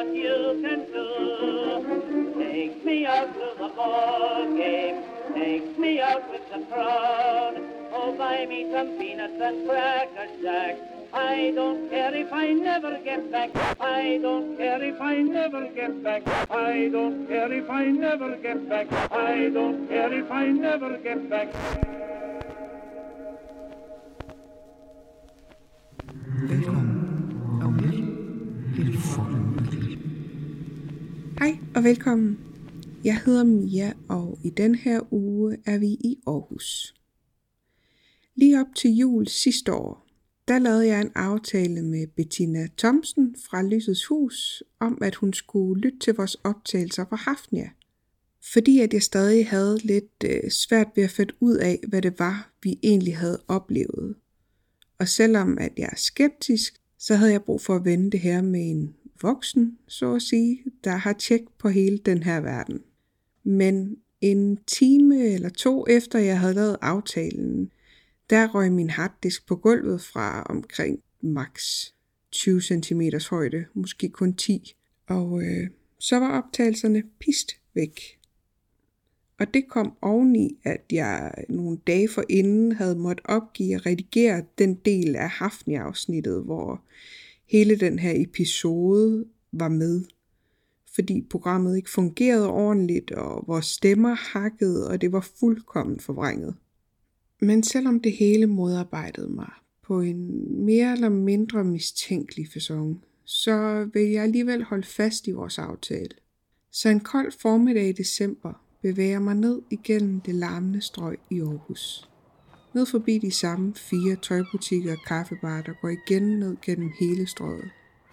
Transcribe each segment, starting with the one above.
what you can do. Take me out to the ball game, take me out with the crowd. Oh, buy me some peanuts and Cracker Jack. I don't care if I never get back. I don't care if I never get back. I don't care if I never get back. I don't care if I never get back. Velkommen og lidt fornøjelig. Hej og velkommen. Jeg hedder Mia, og i den her uge er vi i Aarhus. Lige op til jul sidste år, der lavede jeg en aftale med Bettina Thomsen fra Lysets Hus, om at hun skulle lytte til vores optagelser fra Hafnia. Fordi at jeg stadig havde lidt svært ved at finde ud af, hvad det var, vi egentlig havde oplevet. Og selvom at jeg er skeptisk, så havde jeg brug for at vende det her med en voksen, så at sige, der har tjek på hele den her verden. Men en time eller to efter jeg havde lavet aftalen, der røg min harddisk på gulvet fra omkring max 20 cm højde, måske kun 10. Og så var optagelserne pist væk. Og det kom oveni, at jeg nogle dage forinden havde måttet opgive at redigere den del af Hafnia-afsnittet, hvor hele den her episode var med. Fordi programmet ikke fungerede ordentligt, og vores stemmer hakkede, og det var fuldkommen forvrænget. Men selvom det hele modarbejdede mig på en mere eller mindre mistænkelig facon, så vil jeg alligevel holde fast i vores aftale. Så en kold formiddag i december bevæger mig ned igennem det larmende strøg i Aarhus. Ned forbi de samme 4 tøjbutikker og kaffebarer, der går igen ned gennem hele strøget.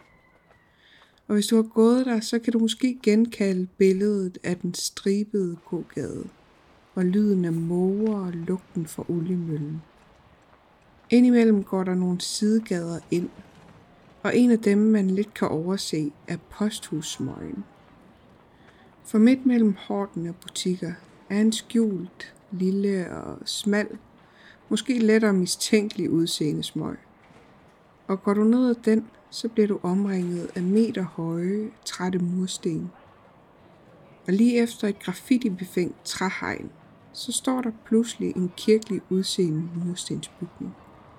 Og hvis du har gået der, så kan du måske genkalde billedet af den stribede gågade, og lyden af måger og lugten fra oliemøllen. Indimellem går der nogle sidegader ind, og en af dem, man lidt kan overse, er Posthussmøgen. For midt mellem horden af butikker er en skjult, lille og smal, måske lettere mistænkelig udseende smøg. Og går du ned ad den, så bliver du omringet af meter høje, trætte mursten. Og lige efter et graffiti-befængt træhegn, så står der pludselig en kirkelig udseende murstensbygning.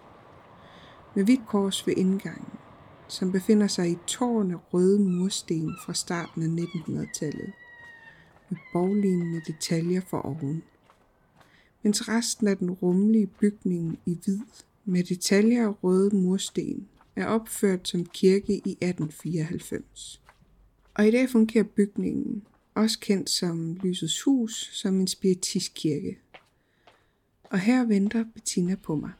Med hvidt kors ved indgangen, som befinder sig i tårne røde mursten fra starten af 1900-tallet. Med borglignende detaljer for oven. Mens resten af den rummelige bygning i hvid med detaljer af røde mursten er opført som kirke i 1894. Og i dag fungerer bygningen, også kendt som Lysets Hus, som en spiritistkirke. Og her venter Bettina på mig.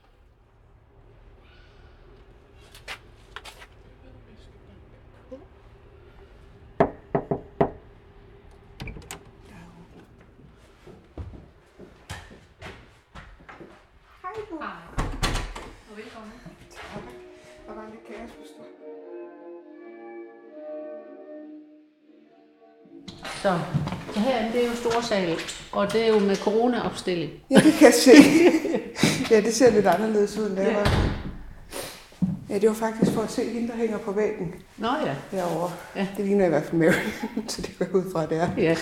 Så her det er jo storsal, og det er jo med corona-opstilling. Ja, det kan jeg se. Ja, det ser lidt anderledes ud end det var. Ja, det var faktisk for at se hende, der hænger på væggen. Nå ja. Derovre. Ja. Det ligner i hvert fald Mary, så det går ud fra, det er. Ja.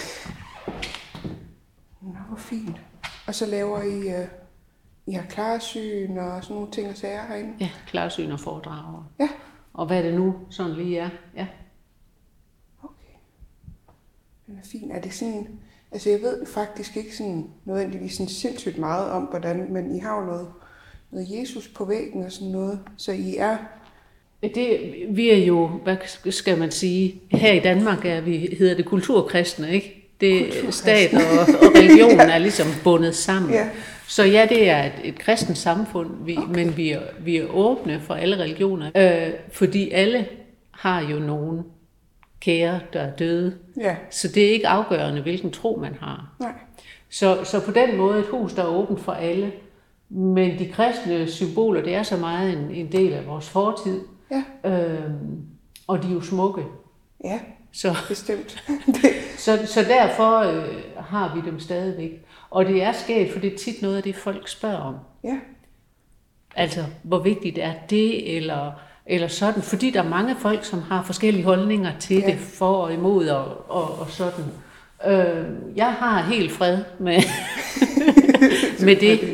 Nå, hvor fint. Og så laver I har klarsyn og sådan nogle ting og sager herinde? Ja, klarsyn og foredrager. Ja. Og hvad det nu sådan lige er. Ja. Okay. Den er fin. Er det sådan... Altså, jeg ved faktisk ikke sådan nødvendigvis sådan sindssygt meget om, hvordan... Men I har jo noget Jesus på væggen og sådan noget, så I er... Vi er jo, hvad skal man sige, her i Danmark hedder det kulturkristne, ikke? Det stat og religion ja. Er ligesom bundet sammen. Ja. Så ja, det er et kristent samfund, men vi er åbne for alle religioner, fordi alle har jo nogen kære, der er døde. Ja. Så det er ikke afgørende, hvilken tro man har. Nej. Så på den måde et hus, der er åbent for alle. Men de kristne symboler, det er så meget en del af vores fortid. Ja. Og de er jo smukke. Ja, så, bestemt. så derfor har vi dem stadigvæk. Og det er skægt, for det er tit noget af det, folk spørger om. Ja. Altså, hvor vigtigt er det, eller eller sådan, fordi der er mange folk, som har forskellige holdninger til det, for og imod og sådan. Jeg har helt fred med, med det.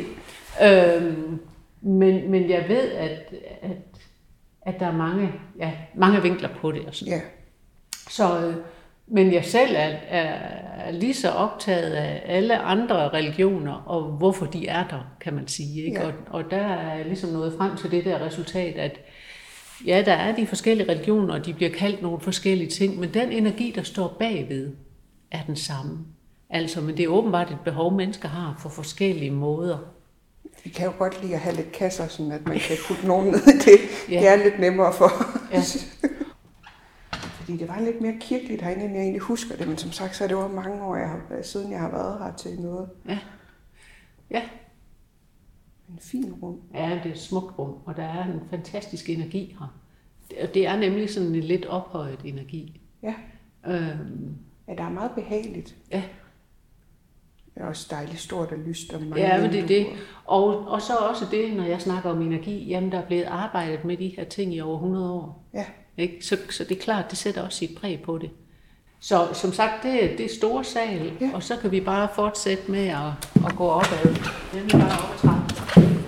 Men jeg ved, at der er mange vinkler på det. Og sådan. Ja. Så, men jeg selv er lige så optaget af alle andre religioner, og hvorfor de er der, kan man sige. Ikke? Ja. Og der er ligesom nået frem til det der resultat, at ja, der er de forskellige religioner, og de bliver kaldt nogle forskellige ting, men den energi, der står bagved, er den samme. Altså, men det er åbenbart et behov, mennesker har for forskellige måder. Vi kan jo godt lide at have lidt kasser, sådan at man kan putte nogen ned i det. Ja. Det er lidt nemmere for os. Ja. Fordi det var lidt mere kirkeligt herinde, end jeg egentlig husker det, men som sagt, så er det jo mange år, siden jeg har været her til noget. Ja. Ja. En fin rum. Ja, det er et smukt rum, og der er en fantastisk energi her. Det er nemlig sådan en lidt ophøjet energi. Ja. Ja, der er meget behageligt. Ja. Det er også dejligt stort og lyst og mange ja, men det er det. Og så også det, når jeg snakker om energi, jamen der er blevet arbejdet med de her ting i over 100 år. Ja. Ikke? Så det er klart, det sætter også sit præg på det. Så som sagt, det er store sal, ja. Og så kan vi bare fortsætte med at gå opad. Den er bare op ad trappen.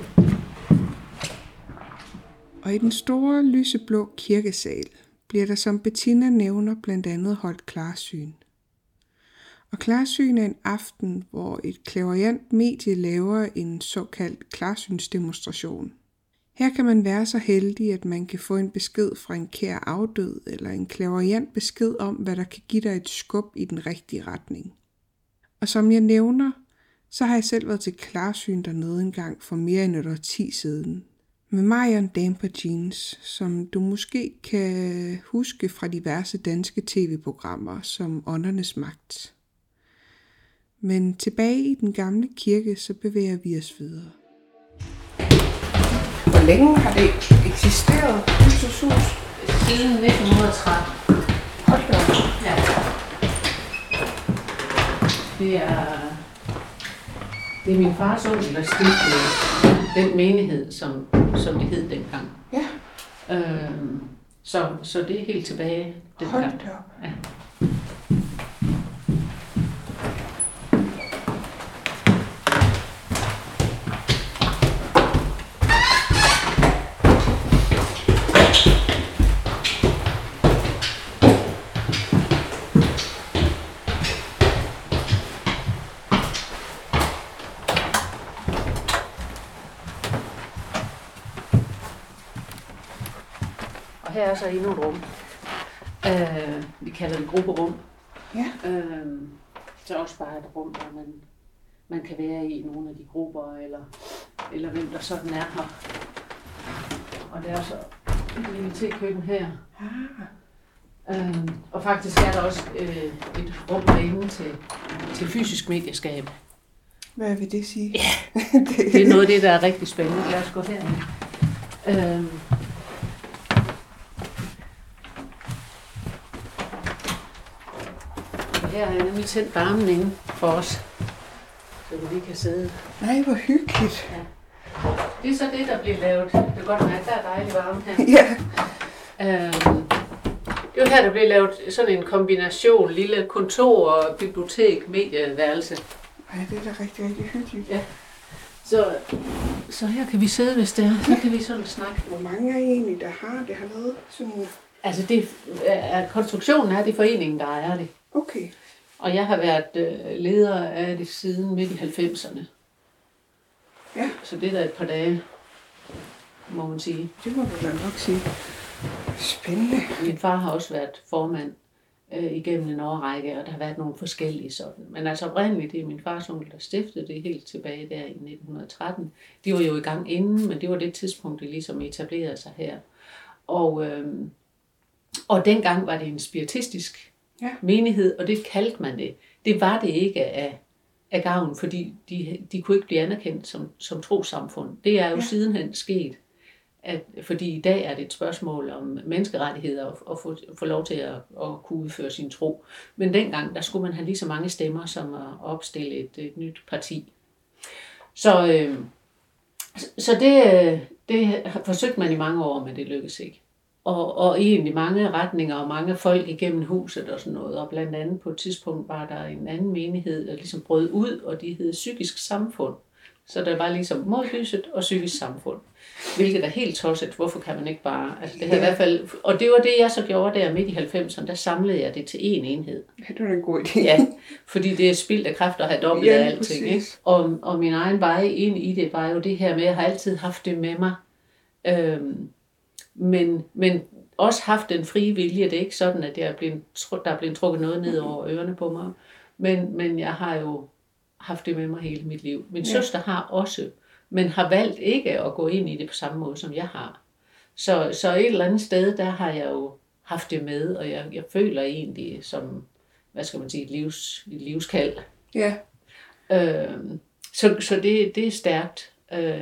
Og i den store lyseblå kirkesal bliver der, som Bettina nævner, blandt andet holdt klarsyn. Og klarsyn er en aften, hvor et clairvoyant medie laver en såkaldt klarsynsdemonstration. Her kan man være så heldig, at man kan få en besked fra en kær afdød, eller en clairvoyant besked om, hvad der kan give dig et skub i den rigtige retning. Og som jeg nævner, så har jeg selv været til klarsyn dernede en gang for mere end et årti siden. Med Marion Damper Jeans, som du måske kan huske fra diverse danske tv-programmer som Åndernes Magt. Men tilbage i den gamle kirke, så bevæger vi os videre. Hvor længe har det eksisteret, Husets Hus? Siden 1913. Hold da op. Ja. Det er min fars onkel, der stiftede den menighed, som det hed dengang. Ja. Så det er helt tilbage dengang. Hold da op. Ja. Og her er så endnu et rum. Vi kalder det grupperum. Ja. Så også bare et rum, hvor man kan være i nogle af de grupper, eller hvem der sådan er her. Og der er så et lille tekøkken her. Og faktisk er der også et rum derinde til fysisk medieskab. Hvad vil det sige? Ja, det er noget af det, der er rigtig spændende. Lad os gå herind. Her har jeg nemlig tændt varmen inde for os, så vi lige kan sidde. Nej, hvor hyggeligt. Ja. Det er så det, der bliver lavet. Det er godt mærke, der er dejligt varme her. Ja. Det er her, der bliver lavet sådan en kombination, lille kontor, bibliotek, medieværelse. Ej, det er da rigtig, rigtig hyggeligt. Ja. Så her kan vi sidde, hvis det er. Så kan vi sådan snakke. Hvor mange er I egentlig, der har det hernede? Sådan... Altså, konstruktionen er det foreningen, der ejer det. Okay. Og jeg har været leder af det siden midt i 90'erne. Ja. Så det er da et par dage, må man sige. Det må du da nok sige. Spændende. Min far har også været formand igennem en årrække, og der har været nogle forskellige sådan. Men altså oprindeligt, det er min fars onkel, der stiftede det helt tilbage der i 1913. De var jo i gang inden, men det var det tidspunkt, det ligesom etablerede sig her. Og dengang var det en spiritistisk menighed, og det kaldte man det. Det var det ikke af gavn, fordi de kunne ikke blive anerkendt som trossamfund. Det er jo sidenhen sket, fordi i dag er det et spørgsmål om menneskerettigheder og få lov til at kunne udføre sin tro. Men dengang, der skulle man have lige så mange stemmer som at opstille et nyt parti. Så det forsøgte man i mange år, men det lykkedes ikke. og egentlig mange retninger og mange folk igennem huset og sådan noget. Og blandt andet på et tidspunkt var der en anden menighed, der ligesom brød ud, og de hed Psykisk Samfund. Så der var ligesom Modlyset og Psykisk Samfund. Hvilket er helt tosset. Hvorfor kan man ikke bare... Altså det her i hvert fald, og det var det, jeg så gjorde der midt i 90'erne. Der samlede jeg det til én enhed. Ja, det var en god idé. Ja, fordi det er spild af kræfter at have dobbelt af alting. Ikke? Og min egen vej ind i det var jo det her med, at jeg har altid haft det med mig. Men også haft den frie vilje. Det er ikke sådan, at der er blevet trukket noget ned over ørerne på mig. Men jeg har jo haft det med mig hele mit liv. Min søster har også, men har valgt ikke at gå ind i det på samme måde, som jeg har. Så et eller andet sted, der har jeg jo haft det med, og jeg føler egentlig som, hvad skal man sige, et livskald. Ja. Så det er stærkt.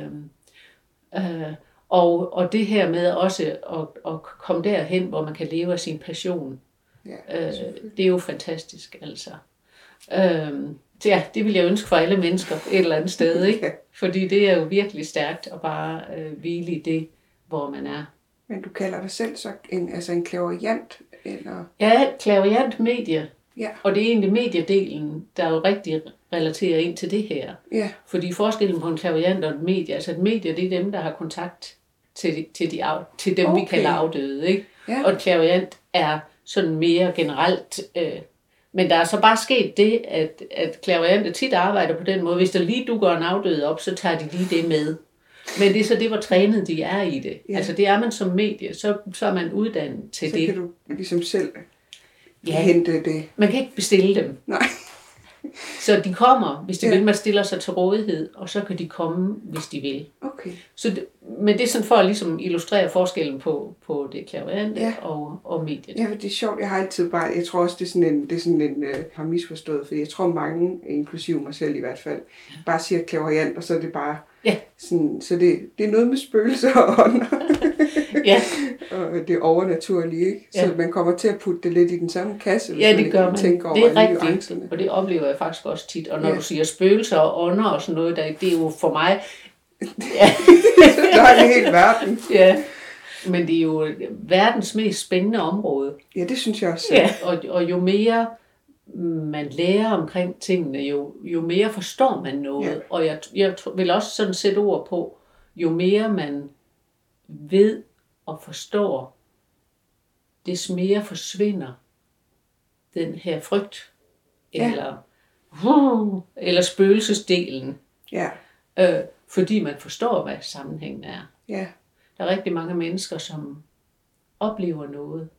Og det her med også at komme derhen, hvor man kan leve af sin passion, det er jo fantastisk, altså. Så ja, det vil jeg ønske for alle mennesker et eller andet sted, ikke? Fordi det er jo virkelig stærkt at bare hvile i det, hvor man er. Men du kalder dig selv så en clairvoyant, eller? Ja, clairvoyant medie. Ja. Og det er egentlig mediedelen, der jo rigtig relaterer ind til det her. Ja. Fordi forskellen på en clairvoyant og et medie, altså et medie, det er dem, der har kontakt til dem, vi kalder afdøde, ikke? Ja. Og et clairvoyant er sådan mere generelt... Men der er så bare sket det, at clairvoyanter tit arbejder på den måde. Hvis der lige dukker en afdød op, så tager de lige det med. Men det er så det, hvor trænet de er i det. Ja. Altså det er man som medie, så er man uddannet til så det. Så kan du ligesom selv hente det. Men kan ikke bestille dem. Nej. Så de kommer, hvis de vil, man stiller sig til rådighed, og så kan de komme, hvis de vil. Okay. Men det er sådan for at ligesom illustrere forskellen på det clairvoyante og mediet. Ja, det er sjovt. Jeg har altid bare, jeg tror også, det er sådan en har misforstået, fordi jeg tror mange, inklusive mig selv i hvert fald, bare siger clairvoyant, og så er det bare sådan, så det er noget med spøgelser og ånder. Ja. Og det er overnaturligt, ikke? Så man kommer til at putte det lidt i den samme kasse, hvis det gør man. Tænker det over er rigtigt, og det oplever jeg faktisk også tit. Og når du siger spøgelser og ånder og sådan noget, det er jo for mig... Der er en hel verden. Ja, men det er jo verdens mest spændende område. Ja, det synes jeg også. Ja, og jo mere man lærer omkring tingene, jo mere forstår man noget. Ja. Og jeg vil også sådan sætte ord på, jo mere man ved og forstår, des mere forsvinder den her frygt, eller spøgelsesdelen. Ja. Fordi man forstår, hvad sammenhængen er. Ja. Der er rigtig mange mennesker, som oplever noget.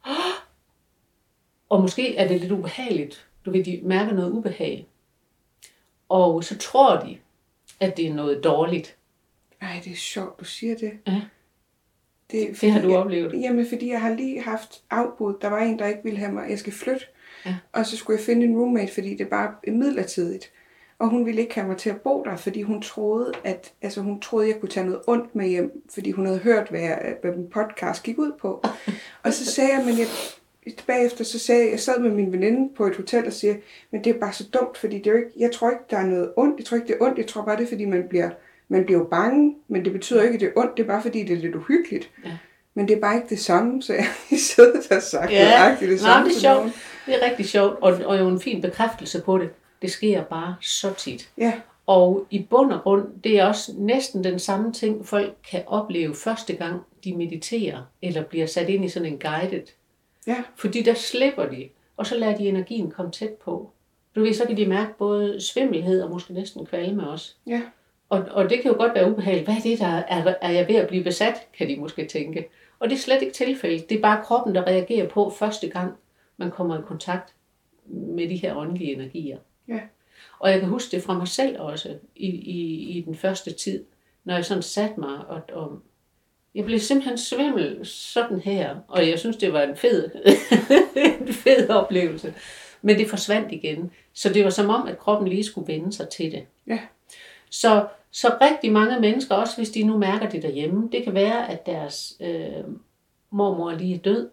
Og måske er det lidt ubehageligt. Du ved, de mærker noget ubehag. Og så tror de, at det er noget dårligt. Ej, det er sjovt, du siger det. Ja. Det har du oplevet? Jamen, fordi jeg har lige haft afbud. Der var en, der ikke ville have mig. Jeg skal flytte. Ja. Og så skulle jeg finde en roommate, fordi det er bare midlertidigt. Og hun ville ikke have mig til at bo der, fordi hun troede, at jeg kunne tage noget ondt med hjem, fordi hun havde hørt, hvad min podcast gik ud på. Og så sagde jeg, bagefter så sagde jeg sad med min veninde på et hotel og siger, men det er bare så dumt, fordi det er jo ikke, jeg tror ikke, der er noget ondt. Jeg tror ikke, det er ondt. Jeg tror bare, det er, fordi man bliver jo bange, men det betyder ikke, at det er ondt. Det er bare, fordi det er lidt uhyggeligt. Ja. Men det er bare ikke det samme, så jeg sidder der og sagt det samme. Det er sjovt. Det er rigtig sjovt, og jo en fin bekræftelse på det. Det sker bare så tit. Ja. Og i bund og grund, det er også næsten den samme ting, folk kan opleve første gang, de mediterer, eller bliver sat ind i sådan en guided. Ja. Fordi der slipper de, og så lader de energien komme tæt på. Du ved, så kan de mærke både svimmelhed og måske næsten kvalme også. Ja. Og det kan jo godt være ubehageligt. Hvad er det, der er jeg ved at blive besat, kan de måske tænke. Og det er slet ikke tilfældet. Det er bare kroppen, der reagerer på første gang, man kommer i kontakt med de her åndelige energier. Ja. Og jeg kan huske det fra mig selv også, i den første tid, når jeg sådan satte mig, og jeg blev simpelthen svimmel sådan her, og jeg synes, det var en fed oplevelse. Men det forsvandt igen. Så det var som om, at kroppen lige skulle vende sig til det. Ja. Så rigtig mange mennesker, også hvis de nu mærker det derhjemme, det kan være, at deres mormor lige er død,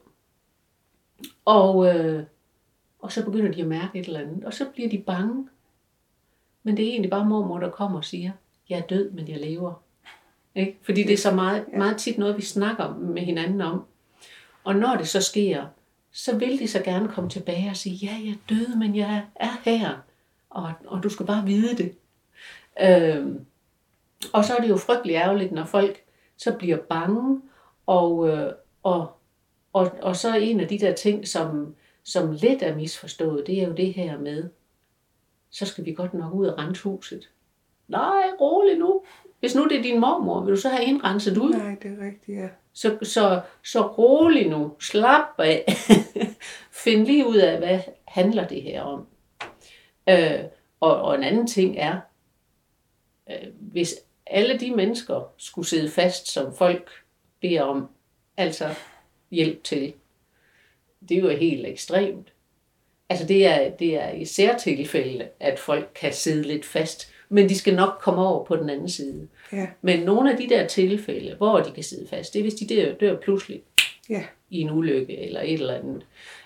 og så begynder de at mærke et eller andet, og så bliver de bange. Men det er egentlig bare mormor, der kommer og siger, jeg er død, men jeg lever. Ikke? Fordi det er så meget tit noget, vi snakker med hinanden om. Og når det så sker, så vil de så gerne komme tilbage og sige, ja, jeg er død, men jeg er her, og du skal bare vide det. Og så er det jo frygtelig ærgerligt, når folk så bliver bange, og så en af de der ting, som lidt er misforstået, det er jo det her med, så skal vi godt nok ud og rense huset. Nej, rolig nu. Hvis nu det er din mormor, vil du så have indrenset ud? Nej, det er rigtigt, ja. Så rolig nu. Slap af. Find lige ud af, hvad handler det her om. Og en anden ting er, hvis alle de mennesker skulle sidde fast, som folk beder om, altså hjælp til, det er jo helt ekstremt. Altså det er i særtilfælde, at folk kan sidde lidt fast, men de skal nok komme over på den anden side. Ja. Men nogle af de der tilfælde, hvor de kan sidde fast, det er hvis de dør pludselig i en ulykke eller et eller andet.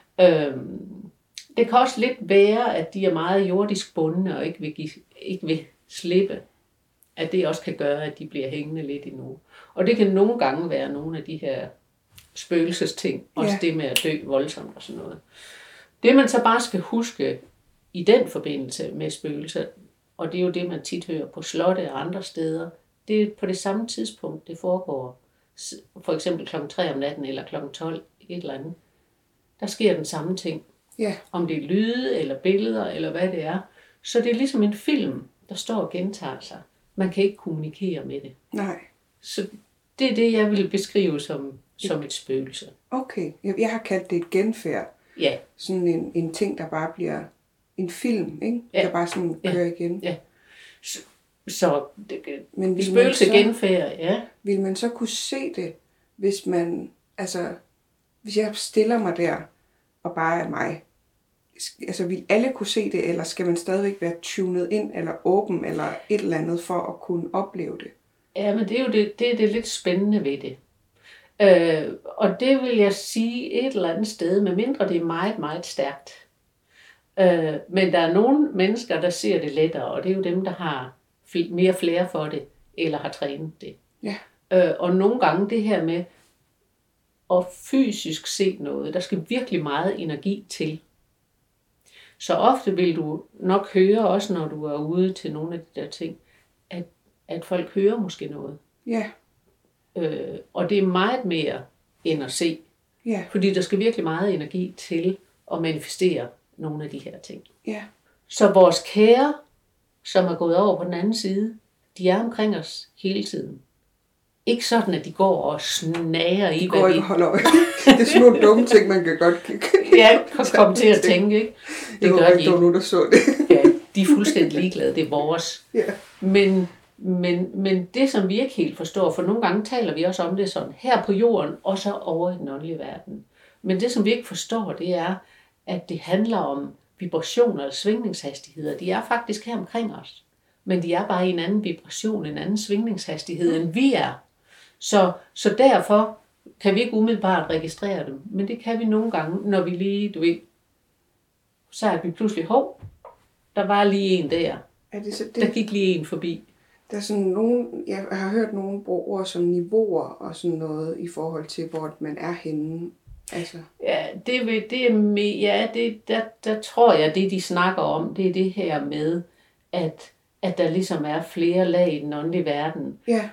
Det kan også lidt være, at de er meget jordisk bundne og ikke vil slippe. At det også kan gøre, at de bliver hængende lidt endnu. Og det kan nogle gange være nogle af de her spøgelsesting, også det med at dø voldsomt og sådan noget. Det man så bare skal huske i den forbindelse med spøgelser, og det er jo det, man tit hører på slotte og andre steder, det er på det samme tidspunkt, det foregår. For eksempel kl. 3 om natten eller kl. 12, et eller andet. Der sker den samme ting. Ja. Om det er lyde eller billeder eller hvad det er. Så det er ligesom en film, der står og gentager sig. Man kan ikke kommunikere med det. Nej. Så det er det, jeg vil beskrive som et spøgelse. Okay. Jeg har kaldt det et genfærd. Ja. Sådan en ting, der bare bliver en film, ikke? Ja. Der bare sådan kører igen. Ja. Så Men spøgelse genfærd, ja. Vil man så kunne se det, hvis man, hvis jeg stiller mig der, og bare er mig? Altså, vil alle kunne se det, eller skal man stadigvæk være tunet ind, eller åben, eller et eller andet, for at kunne opleve det? Ja, men det er jo det lidt spændende ved det. Og det vil jeg sige et eller andet sted, medmindre det er meget, meget stærkt. Men der er nogle mennesker, der ser det lettere, og det er jo dem, der har mere flere for det, eller har trænet det. Ja. Og nogle gange det her med at fysisk se noget, der skal virkelig meget energi til. Så ofte vil du nok høre, også når du er ude til nogle af de der ting, at folk hører måske noget. Ja. Og det er meget mere end at se. Ja. Fordi der skal virkelig meget energi til at manifestere nogle af de her ting. Ja. Så vores kære, som er gået over på den anden side, de er omkring os hele tiden. Ikke sådan, at de går og snager i, hvad vi... Det er små dumme ting, man kan godt kan komme til at tænke, ikke? Det gør de ikke. Det var nu, der så det. Ja, de er fuldstændig ligeglade. Det er vores. Ja. Men det, som vi ikke helt forstår, for nogle gange taler vi også om det sådan, her på jorden, og så over i den åndelige verden. Men det, som vi ikke forstår, det er, at det handler om vibrationer eller svingningshastigheder. De er faktisk her omkring os. Men de er bare i en anden vibration, en anden svingningshastighed, end vi er. Så derfor kan vi ikke umiddelbart registrere dem. Men det kan vi nogle gange, når vi lige, så er vi pludselig, der var lige en der. Der gik lige en forbi. Der er sådan nogen, jeg har hørt nogen bruge ord som niveauer og sådan noget i forhold til, hvor man er henne. Altså. Ja, der tror jeg, det de snakker om, det er det her med, at der ligesom er flere lag i den åndelige verden. Ja.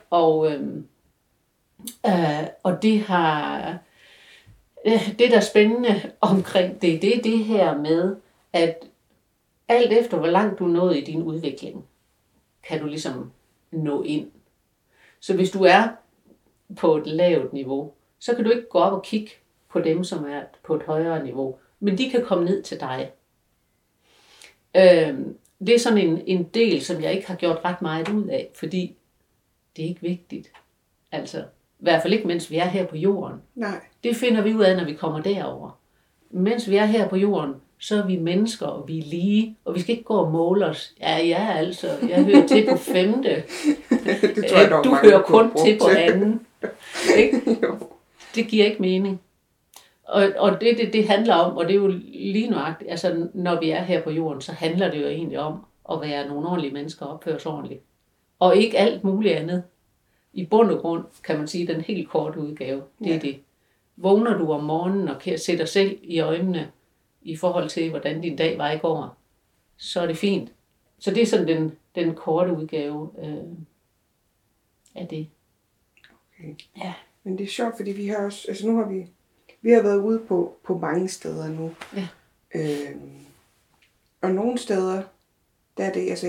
Og det har, det der er spændende omkring det er det her med, at alt efter hvor langt du er nået i din udvikling, kan du ligesom nå ind. Så hvis du er på et lavt niveau, så kan du ikke gå op og kigge på dem, som er på et højere niveau. Men de kan komme ned til dig. Det er sådan en del, som jeg ikke har gjort ret meget ud af, fordi det er ikke vigtigt. Altså, i hvert fald ikke, mens vi er her på jorden. Nej. Det finder vi ud af, når vi kommer derover. Mens vi er her på jorden, så er vi mennesker, og vi er lige, og vi skal ikke gå og måle os. Ja, altså, jeg hører til på 5. Det tror jeg, du hører kun til på 2. Ikke? Det giver ikke mening. Og det handler om, og det er jo lige nøjagtigt, altså når vi er her på jorden, så handler det jo egentlig om at være nogle ordentlige mennesker og opføre os ordentligt. Og ikke alt muligt andet. I bund og grund kan man sige, den helt korte udgave, det er det. vågner du om morgenen og kan se dig selv i øjnene i forhold til, hvordan din dag var i går, så er det fint. Så det er sådan den korte udgave af det. Okay. Ja. Men det er sjovt, fordi vi har også, altså nu har vi har været ude på mange steder nu. Ja. Og nogle steder, der er det,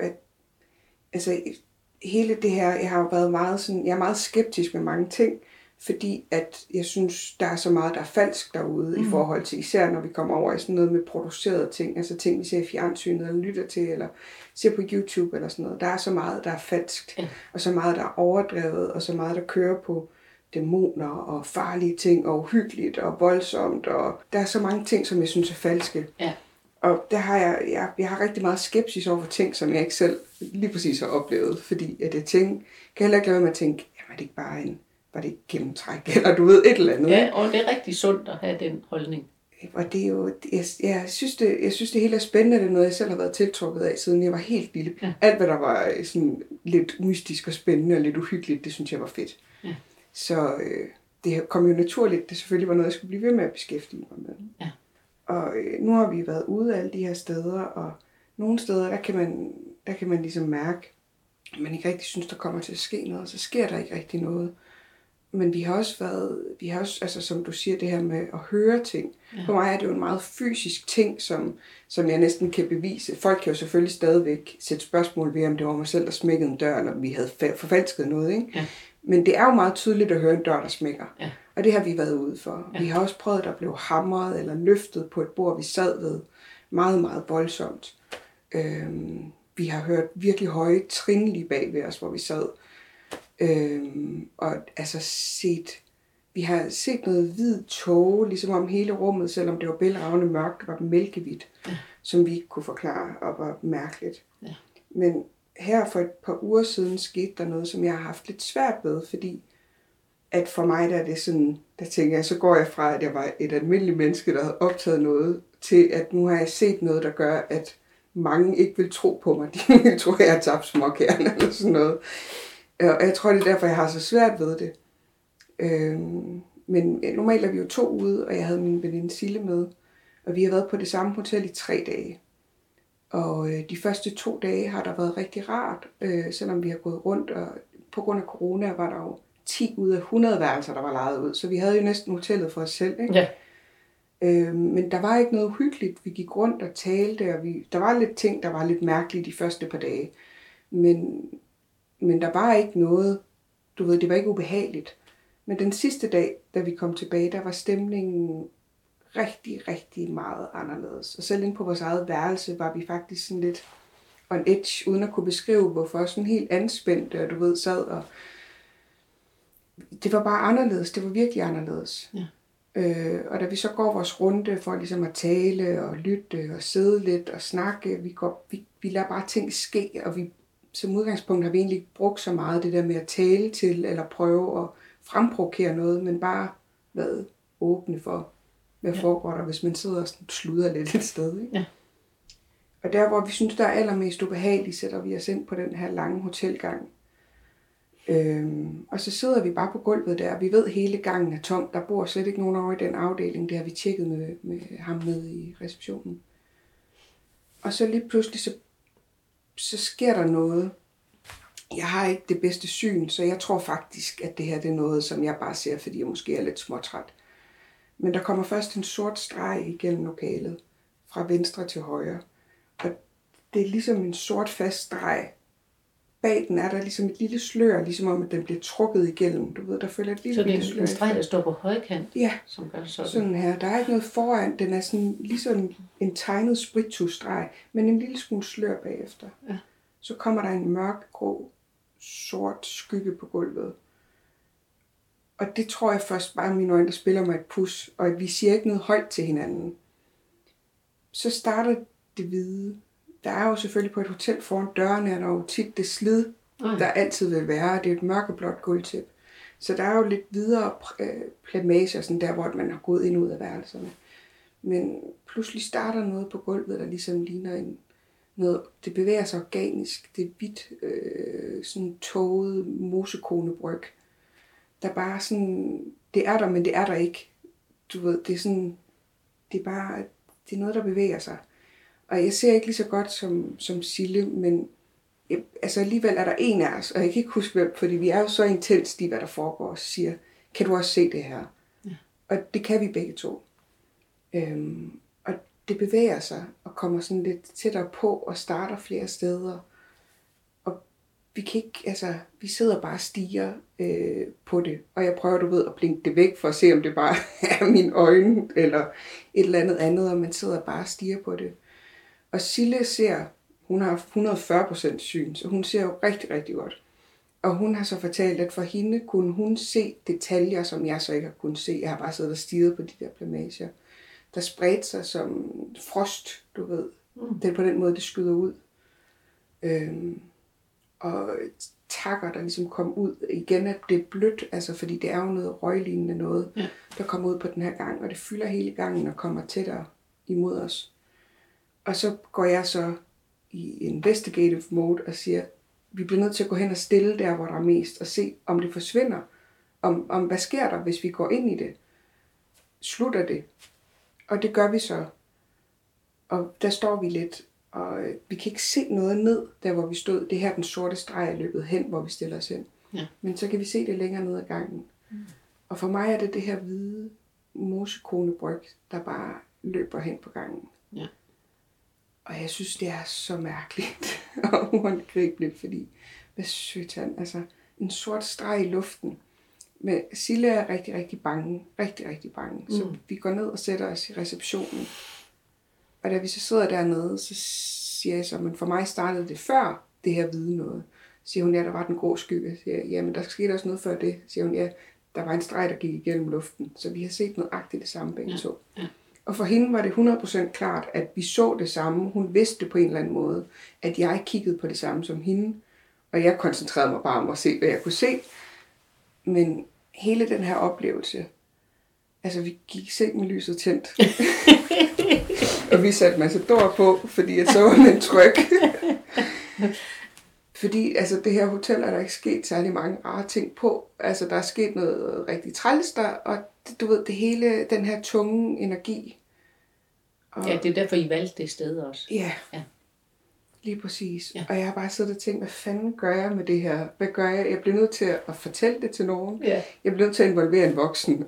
hele det her, jeg har været meget sådan, jeg er meget skeptisk med mange ting, fordi at jeg synes, der er så meget, der er falsk derude i forhold til, især når vi kommer over i sådan noget med producerede ting, altså ting, vi ser i fjernsynet, eller lytter til, eller ser på YouTube, eller sådan noget. Der er så meget, der er falskt, og så meget, der er overdrevet, og så meget, der kører på dæmoner, og farlige ting, og uhyggeligt, og voldsomt, og der er så mange ting, som jeg synes er falske. Ja. Og der har jeg har rigtig meget skepsis over ting, som jeg ikke selv lige præcis har oplevet, fordi at jeg kan heller ikke lade være med at tænke, jamen er det ikke bare var det ikke gennemtræk, eller du ved, et eller andet. Ja, og det er rigtig sundt at have den holdning. Og det er jo, jeg synes det hele er spændende, det er noget, jeg selv har været tiltrukket af, siden jeg var helt lille. Ja. Alt, hvad der var sådan lidt mystisk og spændende og lidt uhyggeligt, det synes jeg var fedt. Ja. Så det kom jo naturligt, det selvfølgelig var noget, jeg skulle blive ved med at beskæftige mig med. Ja. Og nu har vi været ude af alle de her steder, og nogle steder, der kan man ligesom mærke, at man ikke rigtig synes, der kommer til at ske noget, og så sker der ikke rigtig noget. Men vi har også, altså som du siger, det her med at høre ting. Ja. For mig er det jo en meget fysisk ting, som jeg næsten kan bevise. Folk kan jo selvfølgelig stadigvæk sætte spørgsmål ved, om det var mig selv, der smækkede en dør, eller om vi havde forfalsket noget, ikke? Ja. Men det er jo meget tydeligt at høre en dør, der smækker. Ja. Og det har vi været ude for. Ja. Vi har også prøvet, at der blev hamret eller løftet på et bord, vi sad ved. Meget, meget voldsomt. Vi har hørt virkelig høje trin lige bag ved os, hvor vi sad. Og altså vi har set noget hvid tåge, ligesom om hele rummet, selvom det var bælragende mørkt, var mælkehvidt, som vi ikke kunne forklare, og var mærkeligt. Ja. Men her for et par uger siden skete der noget, som jeg har haft lidt svært ved, fordi at for mig der er det sådan, der tænker jeg, så går jeg fra, at jeg var et almindeligt menneske, der havde optaget noget, til at nu har jeg set noget, der gør, at mange ikke vil tro på mig. De vil tro, at jeg har tabt småkærne eller sådan noget. Og jeg tror, det er derfor, jeg har så svært ved det. Men normalt er vi jo 2 ude, og jeg havde min veninde Sille med. Og vi har været på det samme hotel i 3 dage. Og de første 2 dage har der været rigtig rart, selvom vi har gået rundt. Og på grund af corona var der jo 10 ud af 100 værelser, der var lejet ud. Så vi havde jo næsten hotellet for os selv, ikke? Ja. Men der var ikke noget uhyggeligt. Vi gik rundt og talte, og der var lidt ting, der var lidt mærkeligt de første par dage. Men der var ikke noget, du ved, det var ikke ubehageligt. Men den sidste dag, da vi kom tilbage, der var stemningen rigtig, rigtig meget anderledes. Og selv inde på vores eget værelse var vi faktisk sådan lidt on edge, uden at kunne beskrive, hvorfor sådan helt anspændte, og du ved, sad og... Det var bare anderledes, det var virkelig anderledes. Ja. Og da vi så går vores runde for ligesom at tale og lytte og sidde lidt og snakke, vi lader bare ting ske, og vi som udgangspunkt har vi egentlig ikke brugt så meget det der med at tale til, eller prøve at fremprovokere noget, men bare været åbne for, hvad foregår der, hvis man sidder og sluder lidt et sted. Ikke? Ja. Og der, hvor vi synes, der er allermest ubehageligt, sætter vi os ind på den her lange hotelgang. Og så sidder vi bare på gulvet der, vi ved, hele gangen er tom, der bor slet ikke nogen over i den afdeling, det har vi tjekket med ham nede i receptionen. Og så lige pludselig, så sker der noget. Jeg har ikke det bedste syn, så jeg tror faktisk, at det her det er noget, som jeg bare ser, fordi jeg måske er lidt småtræt. Men der kommer først en sort streg igennem lokalet, fra venstre til højre. Og det er ligesom en sort fast streg. Bag den er der ligesom et lille slør, ligesom om at den bliver trukket igennem. Du ved, der følger et lille slør. Så det er en streg, der står på højkant? Ja, som gør sådan her. Der er ikke noget foran. Den er sådan ligesom en tegnet sprittusstreg, men en lille smule slør bagefter. Ja. Så kommer der en mørk, grå, sort skygge på gulvet. Og det tror jeg først bare mine øjne, der spiller mig et pus, og at vi siger ikke noget højt til hinanden. Så starter det hvide. Der er jo selvfølgelig på et hotel foran dørene, er der jo tit det slid, der altid vil være. Det er et mørkeblåt gulvtæppe. Så der er jo lidt videre plamager, sådan der, hvor man har gået ind ud af værelserne. Men pludselig starter noget på gulvet, der ligesom ligner noget, det bevæger sig organisk. Det er hvidt, sådan tåget mosekonebryg, der bare sådan det er der, men det er der ikke. Du ved, det er sådan, det er bare, det er noget, der bevæger sig. Og jeg ser ikke lige så godt som Sille, men altså alligevel er der en af os, og jeg kan ikke huske hvem, fordi vi er jo så intenst i, hvad der foregår, og siger, kan du også se det her? Ja. Og det kan vi begge to. Og det bevæger sig, og kommer sådan lidt tættere på, og starter flere steder. Og vi kan ikke, altså, vi sidder bare og stiger på det, og jeg prøver, du ved, at blinke det væk, for at se, om det bare er mine øjne, eller et eller andet, og man sidder bare og stiger på det. Og Sille ser, hun har 140% syn, så hun ser jo rigtig, rigtig godt. Og hun har så fortalt, at for hende kunne hun se detaljer, som jeg så ikke har kunnet se. Jeg har bare siddet og stirret på de der plamager. Der spredte sig som frost, du ved. Det er på den måde, det skyder ud. Og takker, der ligesom kom ud. Igen, at det er blødt, altså fordi det er jo noget røglignende noget, der kommer ud på den her gang. Og det fylder hele gangen og kommer tættere imod os. Og så går jeg så i investigative mode og siger, vi bliver nødt til at gå hen og stille der, hvor der er mest, og se, om det forsvinder. Om hvad sker der, hvis vi går ind i det? Slutter det? Og det gør vi så. Og der står vi lidt, og vi kan ikke se noget ned, der hvor vi stod. Det her den sorte streg er løbet hen, hvor vi stiller os hen. Ja. Men så kan vi se det længere ned ad gangen. Og for mig er det det her hvide mosekonebryg, der bare løber hen på gangen. Ja. Og jeg synes, det er så mærkeligt og uangribeligt, fordi hvad sødt han, altså en sort streg i luften. Men Sille er rigtig, rigtig bange, rigtig bange. Så vi går ned og sætter os i receptionen. Og da vi så sidder dernede, så siger jeg så, men for mig startede det før det her hvide noget. Siger hun, ja, der var den grå skygge. Siger jeg, ja, men der skete også noget før det. Siger hun, ja, der var en streg, der gik igennem luften. Så vi har set noget agtigt det samme begge to. Ja. Og for hende var det 100% klart, at vi så det samme. Hun vidste på en eller anden måde, at jeg kiggede på det samme som hende. Og jeg koncentrerede mig bare om at se, hvad jeg kunne se. Men hele den her oplevelse, altså vi gik i seng med lyset tændt. Og vi satte Matador på, fordi at så var man tryg. Fordi altså det her hotel er der ikke sket særlig mange rare ting på. Altså der er sket noget rigtig træls der, og du ved, det hele, den her tunge energi. Og, ja, det er derfor, I valgte det sted også. Ja, lige præcis. Ja. Og jeg har bare siddet og tænkt, hvad fanden gør jeg med det her? Hvad gør jeg? Jeg bliver nødt til at fortælle det til nogen. Ja. Jeg bliver nødt til at involvere en voksen.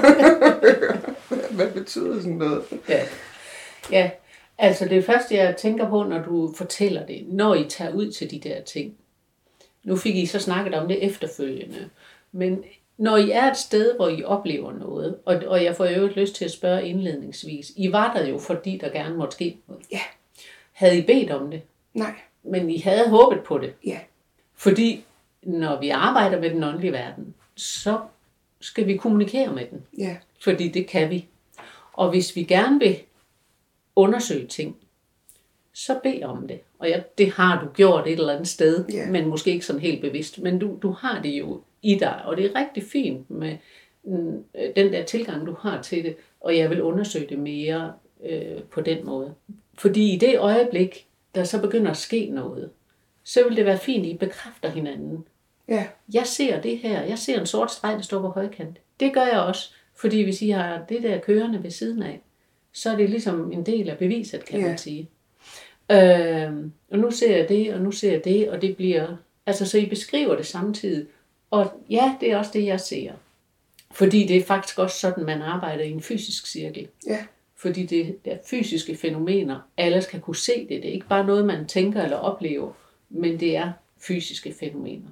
Hvad betyder sådan noget? Ja, altså det første, jeg tænker på, når du fortæller det, når I tager ud til de der ting. Nu fik I så snakket om det efterfølgende. Men når I er et sted, hvor I oplever noget, og jeg får jo lyst til at spørge indledningsvis, I var der jo, fordi der gerne måtte ske noget. Ja. Havde I bedt om det? Nej. Men I havde håbet på det? Ja. Fordi når vi arbejder med den åndelige verden, så skal vi kommunikere med den. Ja. Fordi det kan vi. Og hvis vi gerne vil undersøge ting, så bed om det. Og det har du gjort et eller andet sted, men måske ikke sådan helt bevidst. Men du har det jo i dig, og det er rigtig fint med den der tilgang, du har til det, og jeg vil undersøge det mere på den måde. Fordi i det øjeblik, der så begynder at ske noget, så vil det være fint, at I bekræfter hinanden. Ja. Jeg ser det her, jeg ser en sort streg, der står på højkant. Det gør jeg også, fordi hvis I har det der kørende ved siden af, så er det ligesom en del af beviset, kan man sige. Og nu ser jeg det, og nu ser jeg det, og det bliver... Altså, så I beskriver det samtidig. Og ja, det er også det, jeg ser. Fordi det er faktisk også sådan, man arbejder i en fysisk cirkel. Ja. Fordi det er fysiske fænomener. Alle skal kunne se det. Det er ikke bare noget, man tænker eller oplever, men det er fysiske fænomener.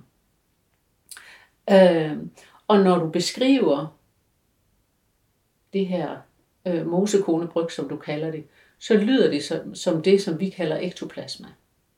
Og når du beskriver det her mosekonebryg, som du kalder det, så lyder det som det, som vi kalder ektoplasma.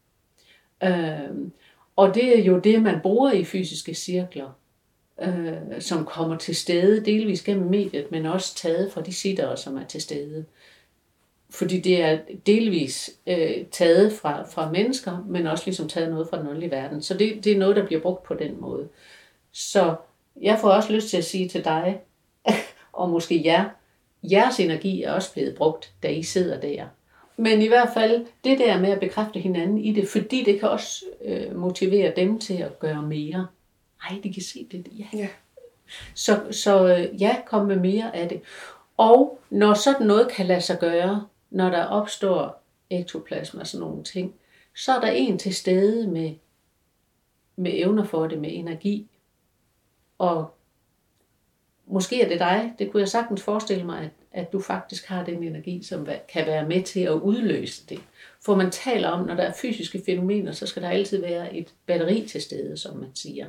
Og det er jo det, man bruger i fysiske cirkler, som kommer til stede, delvis gennem mediet, men også taget fra de sittere, som er til stede. Fordi det er delvis taget fra mennesker, men også ligesom taget noget fra den åndelige verden. Så det er noget, der bliver brugt på den måde. Så jeg får også lyst til at sige til dig, og måske jeres energi er også blevet brugt, da I sidder der. Men i hvert fald det der med at bekræfte hinanden i det, fordi det kan også motivere dem til at gøre mere. Ej, de kan se det. Ja. Så ja, kom med mere af det. Og når sådan noget kan lade sig gøre, når der opstår ektoplasma og sådan nogle ting, så er der en til stede med evner for det, med energi. Og måske er det dig, det kunne jeg sagtens forestille mig, at du faktisk har den energi, som kan være med til at udløse det. For man taler om, når der er fysiske fænomener, så skal der altid være et batteri til stede, som man siger.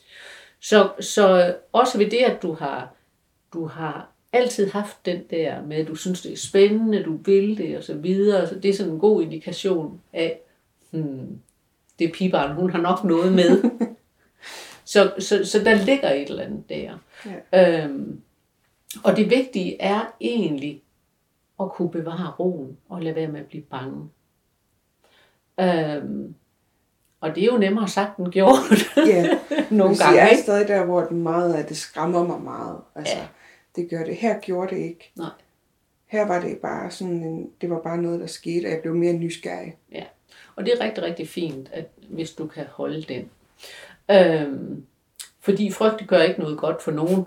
Så også ved det, at du har altid haft den der med, at du synes, det er spændende, du vil det og så videre. Så det er sådan en god indikation af, det pigebarn, hun har nok noget med. så der ligger et eller andet der. Ja. Og det vigtige er egentlig at kunne bevare roen og lade være med at blive bange. Og det er jo nemmere sagt end gjort. Ja, nogle gange. Jeg er stadig der, hvor den meget af det skræmmer mig meget. Altså, ja. Det gør det. Her gjorde det ikke. Nej. Her var det bare sådan, det var bare noget, der skete, og jeg blev mere nysgerrig. Ja, og det er rigtig, rigtig fint, at hvis du kan holde den. Fordi frygt gør ikke noget godt for nogen.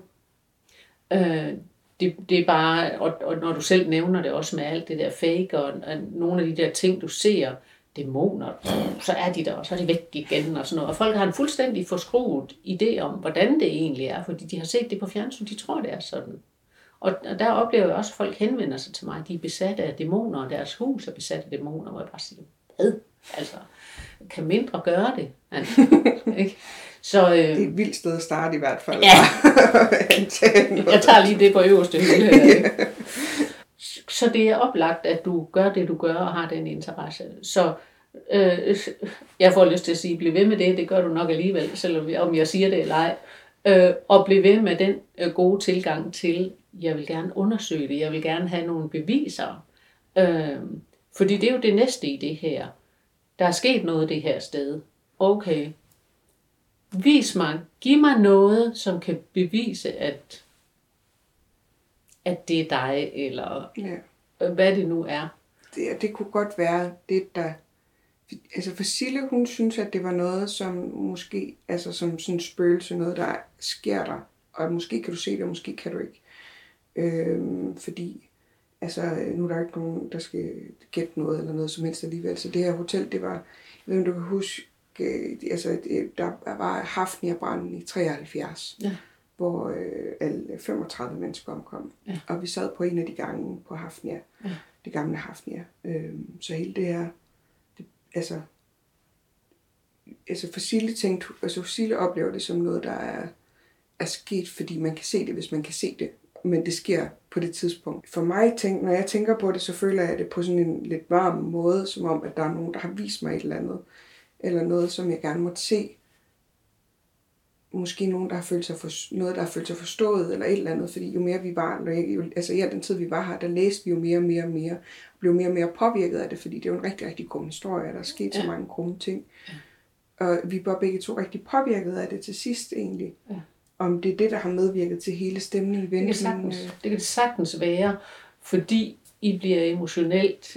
Det er bare, og når du selv nævner det også med alt det der fake, og nogle af de der ting, du ser, dæmoner, så er de der, og så er de væk igen, og sådan noget. Og folk har en fuldstændig forskruet idé om, hvordan det egentlig er, fordi de har set det på fjernsyn, de tror, det er sådan. Og der oplever jeg også, at folk henvender sig til mig, de er besatte af dæmoner, og deres hus er besat af dæmoner, hvor jeg bare siger, hvad? Altså, kan mindre gøre det? Altså, ikke? Så, det er et vildt sted at starte i hvert fald. Ja. Jeg tager lige det på øverste hylde her. Så det er oplagt, at du gør det, du gør, og har den interesse. Så jeg får lyst til at sige, bliv ved med det, det gør du nok alligevel, selvom jeg siger det eller ej. Og bliv ved med den gode tilgang til, jeg vil gerne undersøge det, jeg vil gerne have nogle beviser. Fordi det er jo det næste i det her. Der er sket noget det her sted. Okay. Vis mig, giv mig noget, som kan bevise, at det er dig, eller hvad det nu er. Det kunne godt være det, der... Altså for Sille, hun synes, at det var noget, som måske, altså som sådan en spøgelse, noget, der sker der. Og måske kan du se det, og måske kan du ikke. Fordi, altså, nu er der ikke nogen, der skal gætte noget, eller noget som helst alligevel. Så det her hotel, det var, jeg ved ikke, du kan huske, altså, der var Hafnia-branden i 73. Ja. Hvor alle 35 mennesker omkom. Ja. Og vi sad på en af de gange på Hafnia. Ja. Det gamle Hafnia. Så hele det her... Altså for Sille oplever det som noget, der er sket, fordi man kan se det, hvis man kan se det. Men det sker på det tidspunkt. For mig, når jeg tænker på det, så føler jeg det på sådan en lidt varm måde, som om, at der er nogen, der har vist mig et eller andet. Eller noget, som jeg gerne måtte se. Måske nogen, der har følt sig forstået, eller et eller andet, fordi jo mere vi var, den tid vi var her, der læste vi jo mere og mere og mere, og blev mere og mere påvirket af det, fordi det er jo en rigtig, rigtig grum historie, der er sket så mange grumme ting. Ja. Og vi var begge to rigtig påvirket af det til sidst egentlig. Ja. Om det er det, der har medvirket til hele stemningen i Vendsyssel. Det kan sagtens være, fordi I bliver emotionelt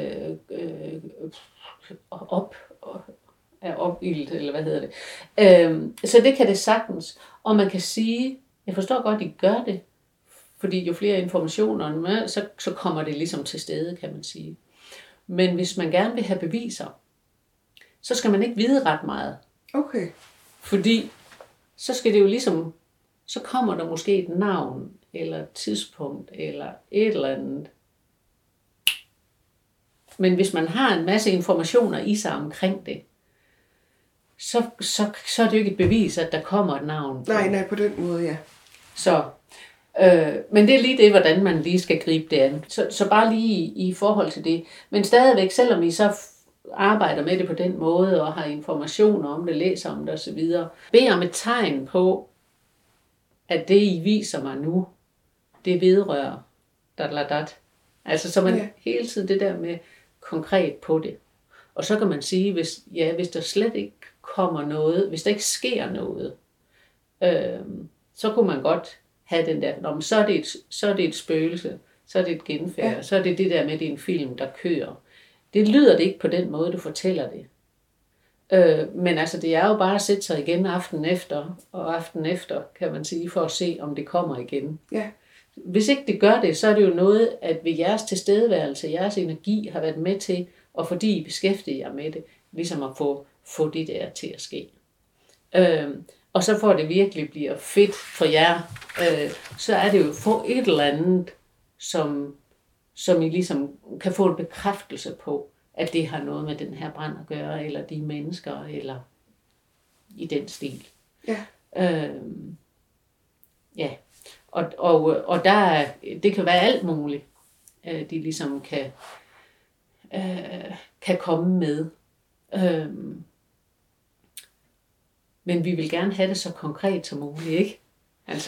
er opildet, eller hvad hedder det. Så det kan det sagtens. Og man kan sige, jeg forstår godt, at I gør det, fordi jo flere informationer med, så kommer det ligesom til stede, kan man sige. Men hvis man gerne vil have beviser, så skal man ikke vide ret meget. Okay. Fordi så skal det jo ligesom, så kommer der måske et navn, eller et tidspunkt, eller et eller andet. Men hvis man har en masse informationer i sig omkring det, så er det jo ikke et bevis, at der kommer et navn. Nej, på den måde, ja. Så, men det er lige det, hvordan man lige skal gribe det an. Så bare lige i forhold til det. Men stadigvæk, selvom I så arbejder med det på den måde, og har informationer om det, læser om det osv., bed om et tegn på, at det, I viser mig nu, det vedrører dat. Altså, så man hele tiden det der med konkret på det. Og så kan man sige, hvis der slet ikke kommer noget, hvis der ikke sker noget, så kunne man godt have den der, så er det et spøgelse, så er det et genfærd, så er det det der med, det er en film, der kører. Det lyder det ikke på den måde, du fortæller det. Men altså, det er jo bare at sætte sig igen aften efter, kan man sige, for at se, om det kommer igen. Ja. Hvis ikke det gør det, så er det jo noget, at ved jeres tilstedeværelse, jeres energi har været med til, og fordi I beskæftiger jer med det, ligesom at få det der til at ske. Og så for det virkelig bliver fedt for jer, så er det jo at få et eller andet, som I ligesom kan få en bekræftelse på, at det har noget med den her brand at gøre, eller de mennesker, eller i den stil. Ja. Ja. Og der, det kan være alt muligt, de ligesom kan komme med. Men vi vil gerne have det så konkret som muligt, ikke? Altså,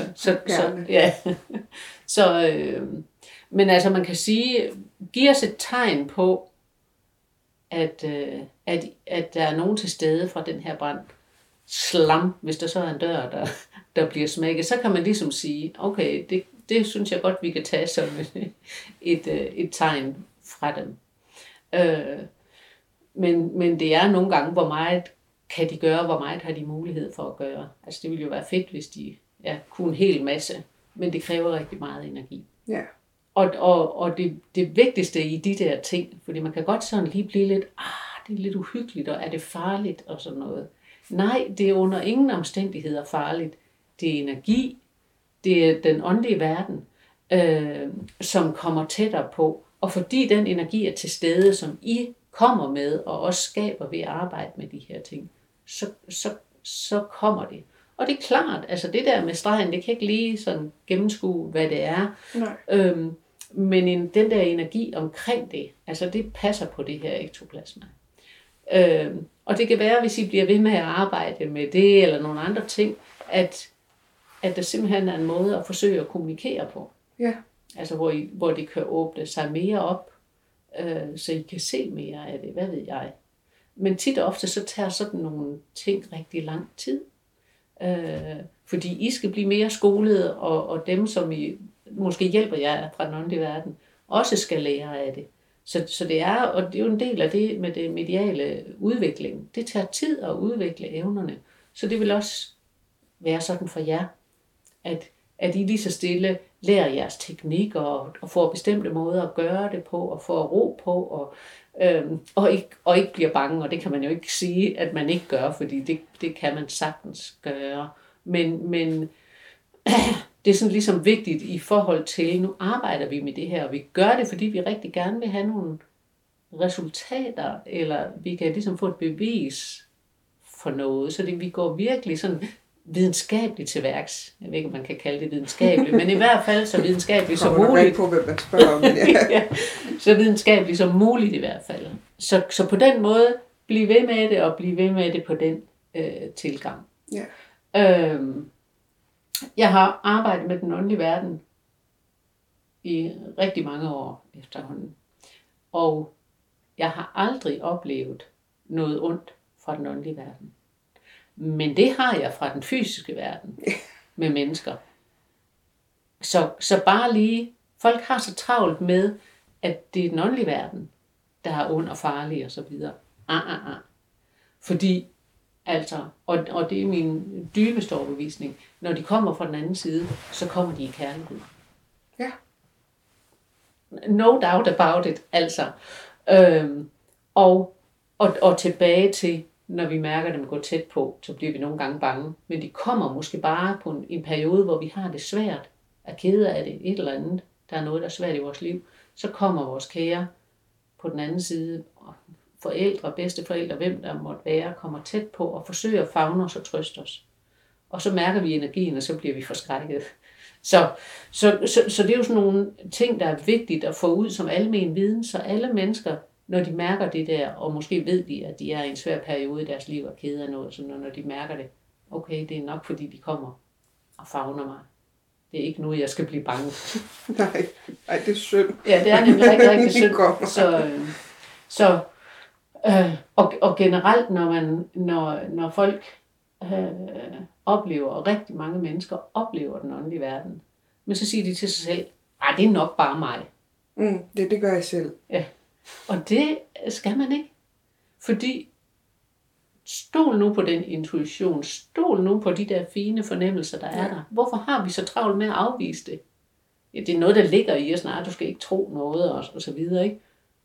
men altså man kan sige, giv os et tegn på, at der er nogen til stede fra den her brand. Slam, hvis der så er en dør, der bliver smækket, så kan man ligesom sige, okay, det synes jeg godt, vi kan tage som et tegn fra dem. Men det er nogle gange, hvor meget kan de gøre, hvor meget har de mulighed for at gøre. Altså det ville jo være fedt, hvis de kunne en hel masse, men det kræver rigtig meget energi. Ja. Og det vigtigste i de der ting, fordi man kan godt sådan lige blive lidt, det er lidt uhyggeligt, og er det farligt, og sådan noget. Nej, det er under ingen omstændigheder farligt. Det er energi, det er den åndelige verden, som kommer tættere på. Og fordi den energi er til stede, som I kommer med, og også skaber ved at arbejde med de her ting, så kommer det. Og det er klart, altså det der med stregen, det kan ikke lige sådan gennemskue, hvad det er. Nej. Men den der energi omkring det, altså det passer på det her ektoplasma. Og det kan være, hvis I bliver ved med at arbejde med det, eller nogle andre ting, at der simpelthen er en måde at forsøge at kommunikere på. Ja. Altså hvor det kan åbne sig mere op, så I kan se mere af det, hvad ved jeg. Men tit og ofte så tager sådan nogle ting rigtig lang tid. Fordi I skal blive mere skolet, og dem, som I måske hjælper jer fra den åndelige verden, også skal lære af det. Så det er, og det er jo en del af det med det mediale udvikling. Det tager tid at udvikle evnerne. Så det vil også være sådan for jer, at I lige så stille lærer jeres teknik og får bestemte måder at gøre det på, og får ro på, og ikke bliver bange. Og det kan man jo ikke sige, at man ikke gør, fordi det kan man sagtens gøre. Men det er sådan ligesom vigtigt i forhold til, nu arbejder vi med det her, og vi gør det, fordi vi rigtig gerne vil have nogle resultater, eller vi kan ligesom få et bevis for noget, så vi går virkelig sådan videnskabeligt til værks. Jeg ved ikke, om man kan kalde det videnskabeligt, men i hvert fald så videnskabeligt som muligt. På, hvad man spørger om, ja, så videnskabeligt som muligt i hvert fald. Så på den måde, bliv ved med det, og bliv ved med det på den tilgang. Ja. Jeg har arbejdet med den åndelige verden i rigtig mange år efterhånden. Og jeg har aldrig oplevet noget ondt fra den åndelige verden. Men det har jeg fra den fysiske verden med mennesker. Så bare lige, folk har så travlt med, at det er den åndelige verden, der er ond og farlig og så videre. Fordi, altså, og det er min dybeste overbevisning, når de kommer fra den anden side, så kommer de i kærlighed. Ja. No doubt about it, altså. Og tilbage til, når vi mærker dem gå tæt på, så bliver vi nogle gange bange. Men de kommer måske bare på en periode, hvor vi har det svært, er kede af det, et eller andet. Der er noget, der er svært i vores liv. Så kommer vores kære på den anden side, forældre, bedsteforældre, hvem der måtte være, kommer tæt på og forsøger at favne os og trøste os. Og så mærker vi energien, og så bliver vi forskrækket. Så det er jo sådan nogle ting, der er vigtigt at få ud som almen viden, så alle mennesker, når de mærker det der, og måske ved de, at de er i en svær periode i deres liv og kede af noget, så når de mærker det, okay, det er nok fordi de kommer og favner mig. Det er ikke nu, jeg skal blive bange. Nej, det er synd. Ja, det er nemlig rigtig synd. Og generelt, når folk oplever, og rigtig mange mennesker oplever den åndelige verden, men så siger de til sig selv, det er nok bare mig. Det gør jeg selv. Ja, og det skal man ikke. Fordi Stol nu på den intuition. Stol nu på de der fine fornemmelser, der er der. Hvorfor har vi så travlt med at afvise det? Ja, det er noget, der ligger i os. Nej, du skal ikke tro noget, og så videre, ikke?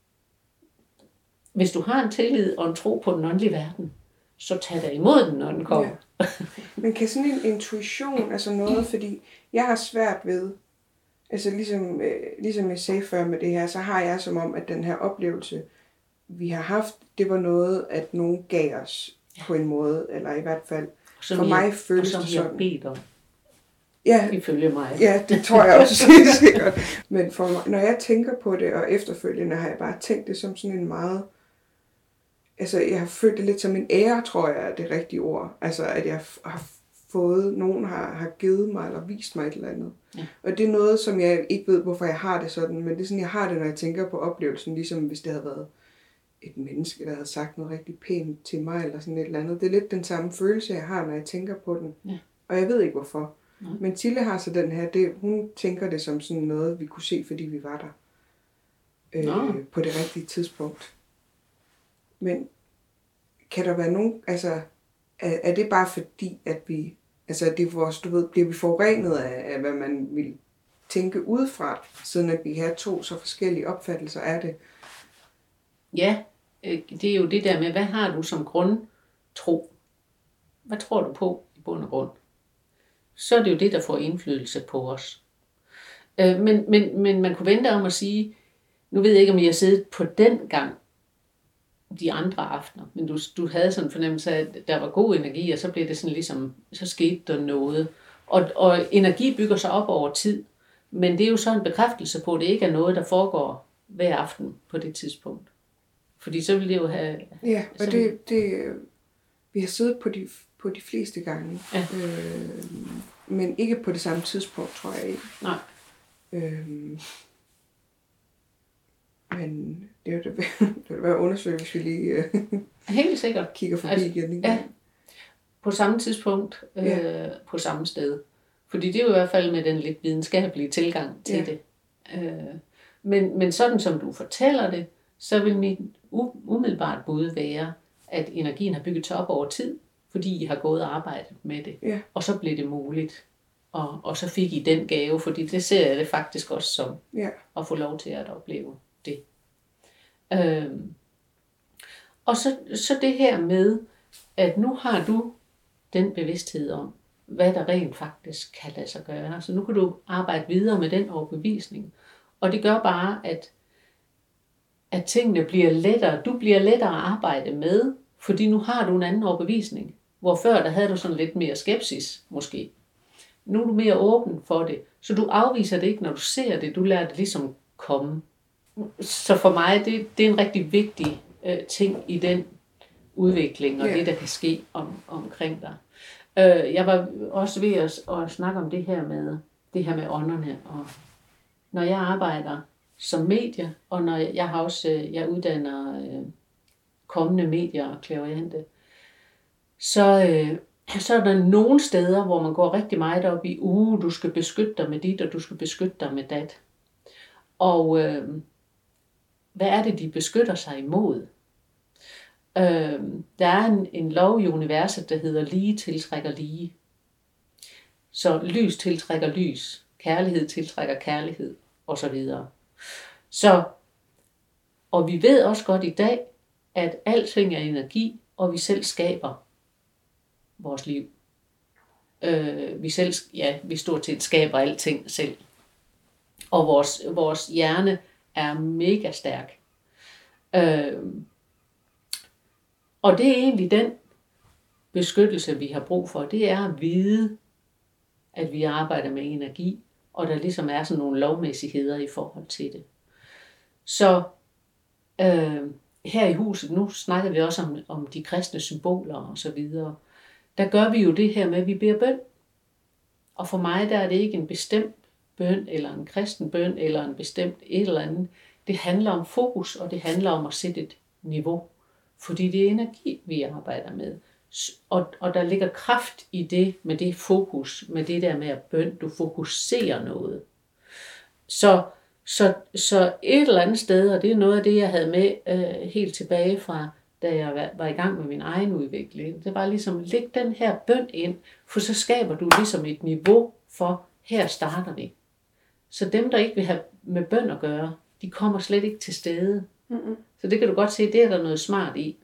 Hvis du har en tillid og en tro på den åndelige verden, så tag dig imod den, når den kommer. Ja. Men kan sådan en intuition, altså noget, fordi jeg har svært ved, altså ligesom jeg sagde før med det her, så har jeg som om, at den her oplevelse, vi har haft, det var noget, at nogen gav os på en måde, eller i hvert fald for mig føles det sådan. Og som jeg bedt om. Ja, ifølge mig. Ja, det tror jeg også sikkert. Men for mig, når jeg tænker på det, og efterfølgende har jeg bare tænkt det som sådan en meget, altså jeg har følt det lidt som en ære, tror jeg er det rigtige ord. Altså at jeg har fået, nogen har givet mig eller vist mig et eller andet. Ja. Og det er noget, som jeg ikke ved, hvorfor jeg har det sådan, men det er sådan, jeg har det, når jeg tænker på oplevelsen, ligesom hvis det havde været et menneske, der havde sagt noget rigtig pænt til mig, eller sådan et eller andet. Det er lidt den samme følelse, jeg har, når jeg tænker på den. Ja. Og jeg ved ikke, hvorfor. Ja. Men Tille har så den her, hun tænker det som sådan noget, vi kunne se, fordi vi var der. På det rigtige tidspunkt. Men kan der være nogen, altså, er det bare fordi, at vi, altså det er vores, du ved, bliver vi forurenet af, hvad man vil tænke udefra, siden at vi har to så forskellige opfattelser af det? Ja, det er jo det der med, hvad har du som grundtro? Hvad tror du på i bund og grund? Så er det jo det, der får indflydelse på os. Men man kunne vente om at sige, nu ved jeg ikke, om I har siddet på den gang, de andre aftener, men du havde sådan en fornemmelse af, at der var god energi, og så blev det sådan ligesom, så skete der noget. Og energi bygger sig op over tid, men det er jo så en bekræftelse på, at det ikke er noget, der foregår hver aften på det tidspunkt. Fordi så vil det jo have... Ja, og det vi har siddet på de fleste gange, ja. Men ikke på det samme tidspunkt, tror jeg ikke. Nej. Men det vil være undersøgt, hvis vi lige helt sikkert kigger forbi igen. Ja, på samme tidspunkt, på samme sted. Fordi det er jo i hvert fald med den lidt videnskabelige tilgang til det. Men sådan som du fortæller det, så vil mit umiddelbart bud være, at energien har bygget sig op over tid, fordi I har gået og arbejdet med det. Ja. Og så blev det muligt. Og så fik I den gave, fordi det ser jeg det faktisk også som at få lov til at opleve det. Og så det her med, at nu har du den bevidsthed om, hvad der rent faktisk kan lade sig gøre. Så nu kan du arbejde videre med den overbevisning. Og det gør bare, at tingene bliver lettere. Du bliver lettere at arbejde med, fordi nu har du en anden overbevisning. Hvor før der havde du sådan lidt mere skepsis, måske. Nu er du mere åben for det. Så du afviser det ikke, når du ser det. Du lader det ligesom komme. Så for mig, det er en rigtig vigtig ting i den udvikling, og det, der kan ske omkring dig. Jeg var også ved at snakke om det her med ånderne. Og når jeg arbejder som medie, og når jeg uddanner kommende medier og clairvoyante, så er der nogle steder, hvor man går rigtig meget op i, du skal beskytte dig med dit, og du skal beskytte dig med dat. Og hvad er det, de beskytter sig imod? Der er en lov i universet, der hedder lige tiltrækker lige. Så lys tiltrækker lys, kærlighed tiltrækker kærlighed, osv. Og vi ved også godt i dag, at alting er energi, og vi selv skaber vores liv. Vi stort set skaber alting selv. Og vores hjerne er mega stærk. Og det er egentlig den beskyttelse, vi har brug for. Det er at vide, at vi arbejder med energi, og der ligesom er sådan nogle lovmæssigheder i forhold til det. Så her i huset, nu snakker vi også om de kristne symboler og så videre. Der gør vi jo det her med, at vi beder bøn. Og for mig, der er det ikke en bestemt bøn, eller en kristen bøn, eller en bestemt et eller andet. Det handler om fokus, og det handler om at sætte et niveau. Fordi det er energi, vi arbejder med. Og der ligger kraft i det, med det fokus, med det der med at bøn, du fokuserer noget. Så et eller andet sted, og det er noget af det, jeg havde med helt tilbage fra da jeg var i gang med min egen udvikling. Det var ligesom, læg den her bøn ind, for så skaber du ligesom et niveau for, her starter vi. Så dem, der ikke vil have med bøn at gøre, de kommer slet ikke til stede. Mm-hmm. Så det kan du godt se, det er der noget smart i.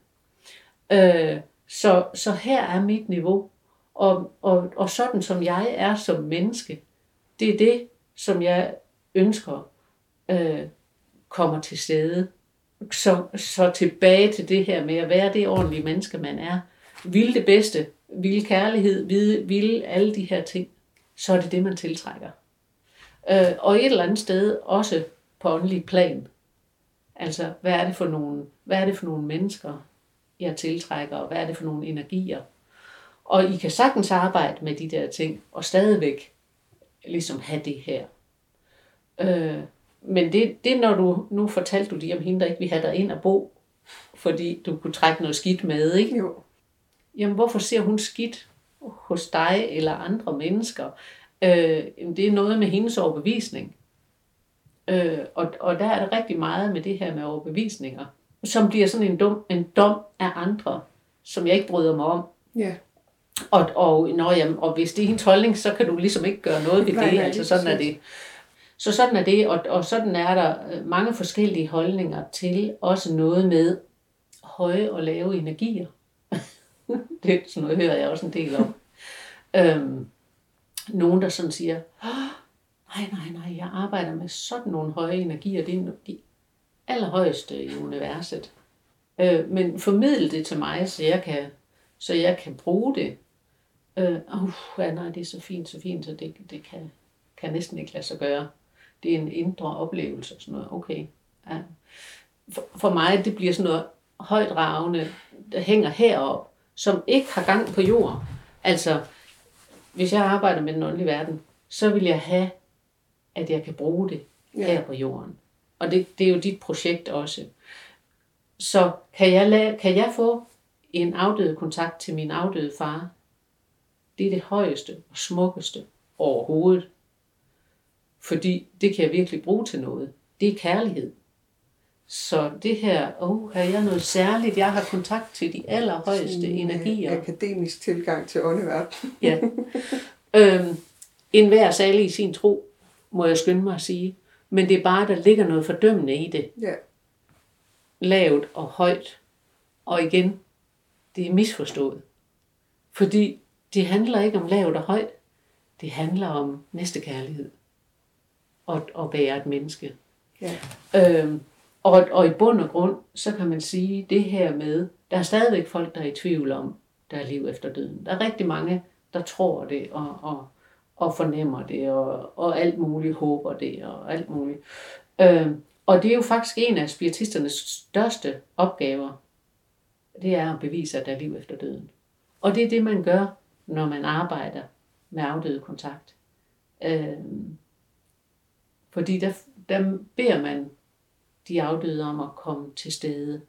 Så her er mit niveau. Og sådan som jeg er som menneske, det er det, som jeg ønsker kommer til stede. Så tilbage til det her med at være det ordentlige menneske, man er. Vil det bedste, vil kærlighed, vil alle de her ting, så er det det, man tiltrækker. Og et eller andet sted også på åndelig plan. Altså, hvad er det for nogle mennesker, jeg tiltrækker, og hvad er det for nogle energier? Og I kan sagtens arbejde med de der ting, og stadigvæk ligesom have det her. Men det når du, nu fortalte du lige om hende, der ikke vil have dig ind og bo, fordi du kunne trække noget skidt med, ikke? Jo. Jamen, hvorfor ser hun skidt hos dig eller andre mennesker? Det er noget med hendes overbevisning. Og der er det rigtig meget med det her med overbevisninger, som bliver sådan en dom af andre, som jeg ikke bryder mig om. Ja. Og hvis det er hendes holdning, så kan du ligesom ikke gøre noget ved det. Altså sådan er det. Så sådan er det, og sådan er der mange forskellige holdninger til også noget med høje og lave energier. Det er sådan noget, hører jeg også en del om. Nogen, der sådan siger, nej, jeg arbejder med sådan nogle høje energier, det er de allerhøjeste i universet. Men formidl det til mig, så jeg kan bruge det. Nej, det er så fint, så det kan næsten ikke lade sig gøre. Det er en indre oplevelse og sådan noget. Okay. Ja. For mig, det bliver sådan noget højdragende, der hænger herop, som ikke har gang på jorden. Altså, hvis jeg arbejder med den åndelige verden, så vil jeg have, at jeg kan bruge det her på jorden. Og det er jo dit projekt også. Så kan jeg få en afdød kontakt til min afdøde far? Det er det højeste og smukkeste overhovedet. Fordi det kan jeg virkelig bruge til noget. Det er kærlighed. Så det her, er jeg noget særligt? Jeg har kontakt til de allerhøjeste energier. Akademisk tilgang til åndeverdenen. Ja. Enhver særlig i sin tro, må jeg skynde mig at sige. Men det er bare, der ligger noget fordømmende i det. Ja. Lavt og højt. Og igen, det er misforstået. Fordi det handler ikke om lavt og højt. Det handler om næstekærlighed. Og være et menneske. Ja. Og i bund og grund, så kan man sige det her med, der er stadigvæk folk, der er i tvivl om, der er liv efter døden. Der er rigtig mange, der tror det og fornemmer det og alt muligt håber det og alt muligt. Og det er jo faktisk en af spiritisternes største opgaver. Det er at bevise, at der er liv efter døden. Og det er det, man gør, når man arbejder med afdøde kontakt. Fordi der beder man de afdøde om at komme til stede.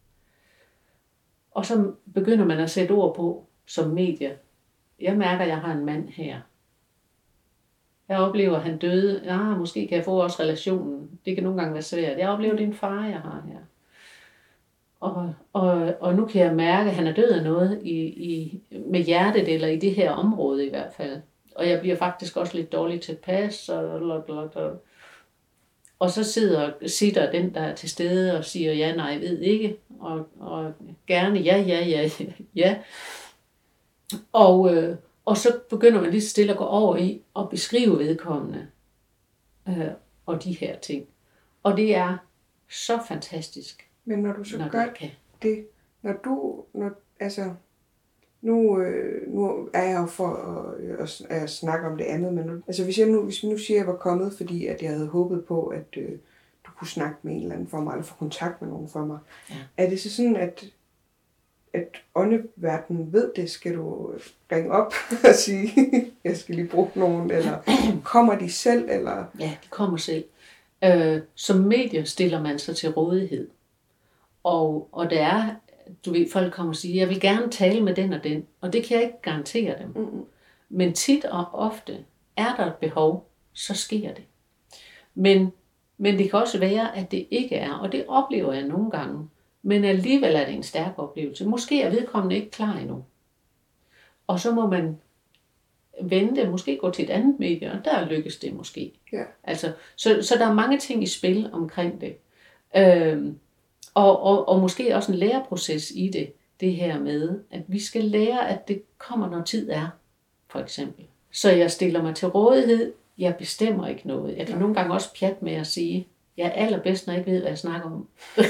Og så begynder man at sætte ord på som medie. Jeg mærker, at jeg har en mand her. Jeg oplever, at han døde. Måske kan jeg få også relationen. Det kan nogle gange være svært. Jeg oplever, at det er en far, jeg har her. Og nu kan jeg mærke, at han er død af noget med hjertet, eller i det her område i hvert fald. Og jeg bliver faktisk også lidt dårlig til pas. Og så sidder den, der er til stede og siger, ja, nej, ved ikke. Og gerne, ja. Og så begynder man lige stille at gå over i og beskrive vedkommende og de her ting. Og det er så fantastisk. Men når du så gør det, nu er jeg jo for at snakke om det andet, men hvis vi nu siger, at jeg var kommet, fordi at jeg havde håbet på, at du kunne snakke med en eller anden for mig, eller få kontakt med nogen for mig. Ja. Er det så sådan, at åndeverdenen ved det? Skal du ringe op og sige, jeg skal lige bruge nogen, eller kommer de selv? Eller? Ja, de kommer selv. Som medie stiller man sig til rådighed. Og der er, du ved, folk kommer og siger, jeg vil gerne tale med den og den, og det kan jeg ikke garantere dem. Mm-hmm. Men tit og ofte er der et behov, så sker det. Men det kan også være, at det ikke er, og det oplever jeg nogle gange Men alligevel er det en stærk oplevelse. Måske er vedkommende ikke klar endnu. Og så må man vente, måske gå til et andet medie, og der lykkes det måske. Ja. Altså, så der er mange ting i spil omkring det. Og måske også en læreproces i det. Det her med, at vi skal lære, at det kommer, når tid er, for eksempel. Så jeg stiller mig til rådighed. Jeg bestemmer ikke noget. Jeg kan nogle gange også pjatte med at sige, jeg er allerbedst, når jeg ikke ved, hvad jeg snakker om.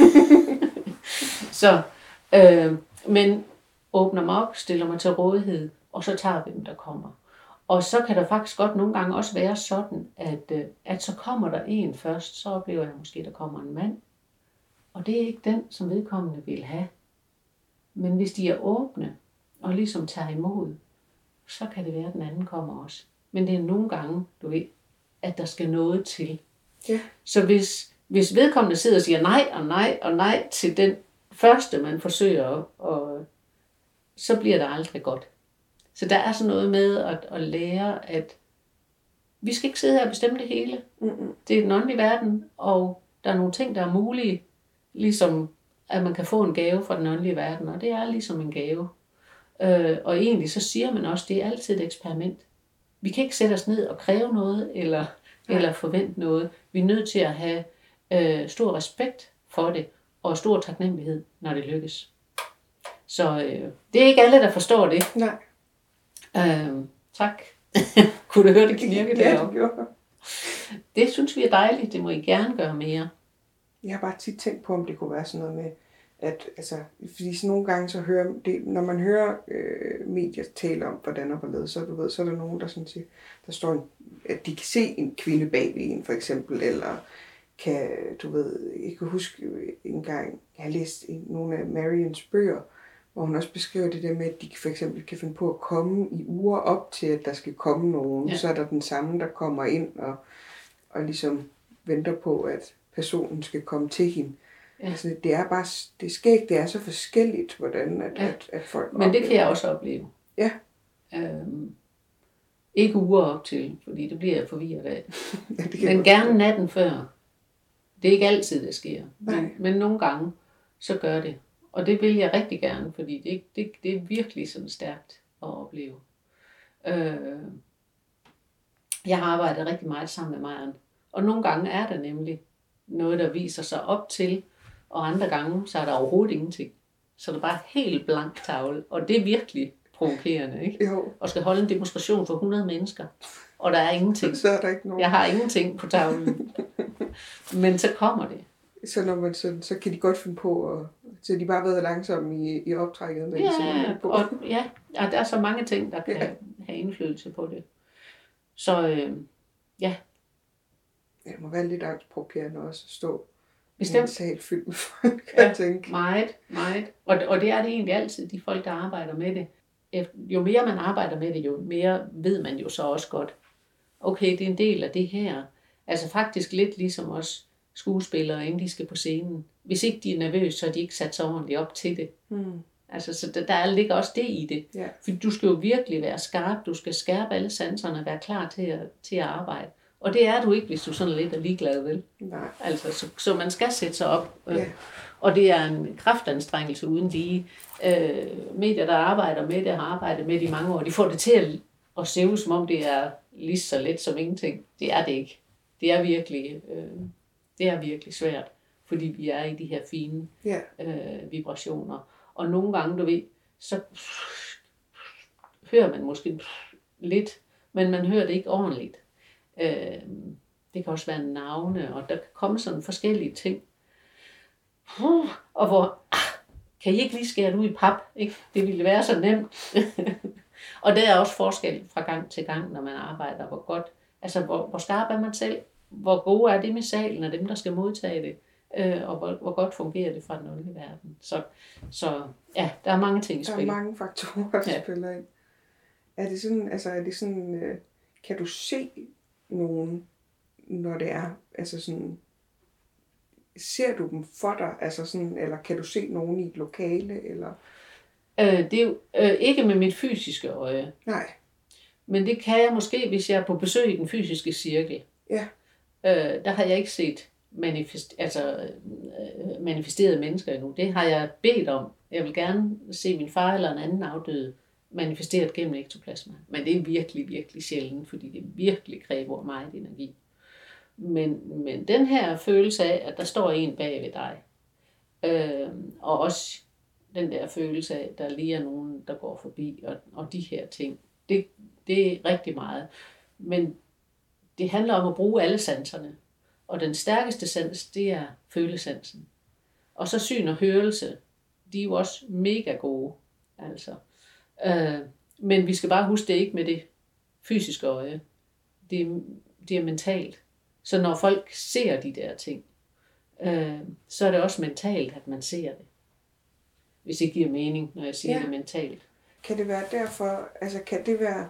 Så, men åbner mig op, stiller mig til rådighed, og så tager vi dem, der kommer. Og så kan der faktisk godt nogle gange også være sådan, at så kommer der en først, så oplever jeg måske, der kommer en mand. Og det er ikke den, som vedkommende vil have. Men hvis de er åbne og ligesom tager imod, så kan det være, at den anden kommer også. Men det er nogle gange, du ved, at der skal noget til. Ja. Så hvis vedkommende sidder og siger nej og nej og nej til den første, man forsøger, og så bliver det aldrig godt. Så der er sådan noget med at lære, at vi skal ikke sidde her og bestemme det hele. Det er den åndelige verden, og der er nogle ting, der er mulige, ligesom at man kan få en gave fra den åndelige verden, og det er ligesom en gave. Og egentlig så siger man også, det er altid et eksperiment. Vi kan ikke sætte os ned og kræve noget, eller forvente noget. Vi er nødt til at have stor respekt for det, og stor taknemmelighed, når det lykkes. Så det er ikke alle, der forstår det. Nej. Tak. Kunne du høre det knirke deroppe? Ja, det gjorde. Det synes vi er dejligt. Det må I gerne gøre mere. Jeg har bare tit tænkt på, om det kunne være sådan noget med, at altså, fordi så nogle gange så hører det, når man hører medier tale om, hvordan og hvorledes, så, du ved, så er der nogen, der sådan siger, der står at de kan se en kvinde bag ved en, for eksempel, eller kan, du ved, jeg kan huske en gang, jeg har læst nogle af Marians bøger, hvor hun også beskriver det der med, at de for eksempel kan finde på at komme i uger op til, at der skal komme nogen, så er der den samme, der kommer ind og ligesom venter på, at personen skal komme til hende. Ja. Altså, det er bare, det skægt, det er så forskelligt, hvordan at folk men det kan jeg også opleve. Ja. Ikke uger op til, fordi det bliver jeg forvirret af. Ja, men gerne natten før. Det er ikke altid, det sker. Men nogle gange, så gør det. Og det vil jeg rigtig gerne, fordi det er virkelig sådan stærkt at opleve. Jeg har arbejdet rigtig meget sammen med Marian. Og nogle gange er der nemlig noget, der viser sig op til, og andre gange, så er der overhovedet ingenting. Så det er bare helt blank tavle, og det er virkelig provokerende, ikke? Jo. Og skal holde en demonstration for 100 mennesker, og der er ingenting. Så er der ikke nogen. Jeg har ingenting på tavlen. Men så kommer det. Så når man så kan de godt finde på, så de bare været langsomme i optrækket. Når Ja, på. Og der er så mange ting, der kan have indflydelse på det. Så ja. Det må være lidt angstprovokerende også at stå bestemt. I en sal fyldt med folk, kan jeg tænke. Meget. Og det er det egentlig altid, de folk, der arbejder med det. Jo mere man arbejder med det, jo mere ved man jo så også godt. Okay, det er en del af det her. Altså faktisk lidt ligesom os skuespillere, inden de skal på scenen. Hvis ikke de er nervøse, så er de ikke sat sig ordentligt op til det. Altså, så der ligger også det i det. Yeah. For du skal jo virkelig være skarp. Du skal skærpe alle sanserne og være klar til at arbejde. Og det er du ikke, hvis du sådan lidt er ligeglad, vel? Nej. Altså, så man skal sætte sig op. Og det er en kraftanstrengelse uden lige. Medier, der arbejder med det, har arbejdet med det i mange år, de får det til at se ud, som om det er lige så let som ingenting. Det er det ikke. Det er virkelig svært, fordi vi er i de her fine vibrationer. Og nogle gange, du ved, så hører man måske lidt, men man hører det ikke ordentligt. Det kan også være navne, og der kan komme sådan forskellige ting. Og hvor, kan I ikke lige skære det ud i pap? Ikke? Det ville være så nemt. Og der er også forskel fra gang til gang, når man arbejder. Hvor godt, altså hvor skarp er man selv? Hvor gode er det med salen og dem, der skal modtage det? Og hvor godt fungerer det fra den åndelige verden? Så ja, der er mange ting i spil. Der er mange faktorer, der spiller ind. Er det sådan, kan du se nogen, når det er, altså sådan, ser du dem for dig, altså sådan, eller kan du se nogen i et lokale, eller? Det er jo ikke med mit fysiske øje. Nej. Men det kan jeg måske, hvis jeg er på besøg i den fysiske cirkel. Ja. Der har jeg ikke set manifesterede mennesker endnu. Det har jeg bedt om. Jeg vil gerne se min far eller en anden afdøde manifesteret gennem ektoplasma. Men det er virkelig, virkelig sjældent, fordi det virkelig kræver meget energi. Men den her følelse af, at der står en bag ved dig, og også den der følelse af, at der lige er nogen, der går forbi, og de her ting, det er rigtig meget. Men det handler om at bruge alle sanserne. Og den stærkeste sans, det er følesansen. Og så syn og hørelse, de er jo også mega gode. Altså. Men vi skal bare huske det ikke med det fysiske øje. Det er mentalt. Så når folk ser de der ting, så er det også mentalt, at man ser det. Hvis det giver mening, når jeg siger det mentalt. Kan det være derfor, altså kan det være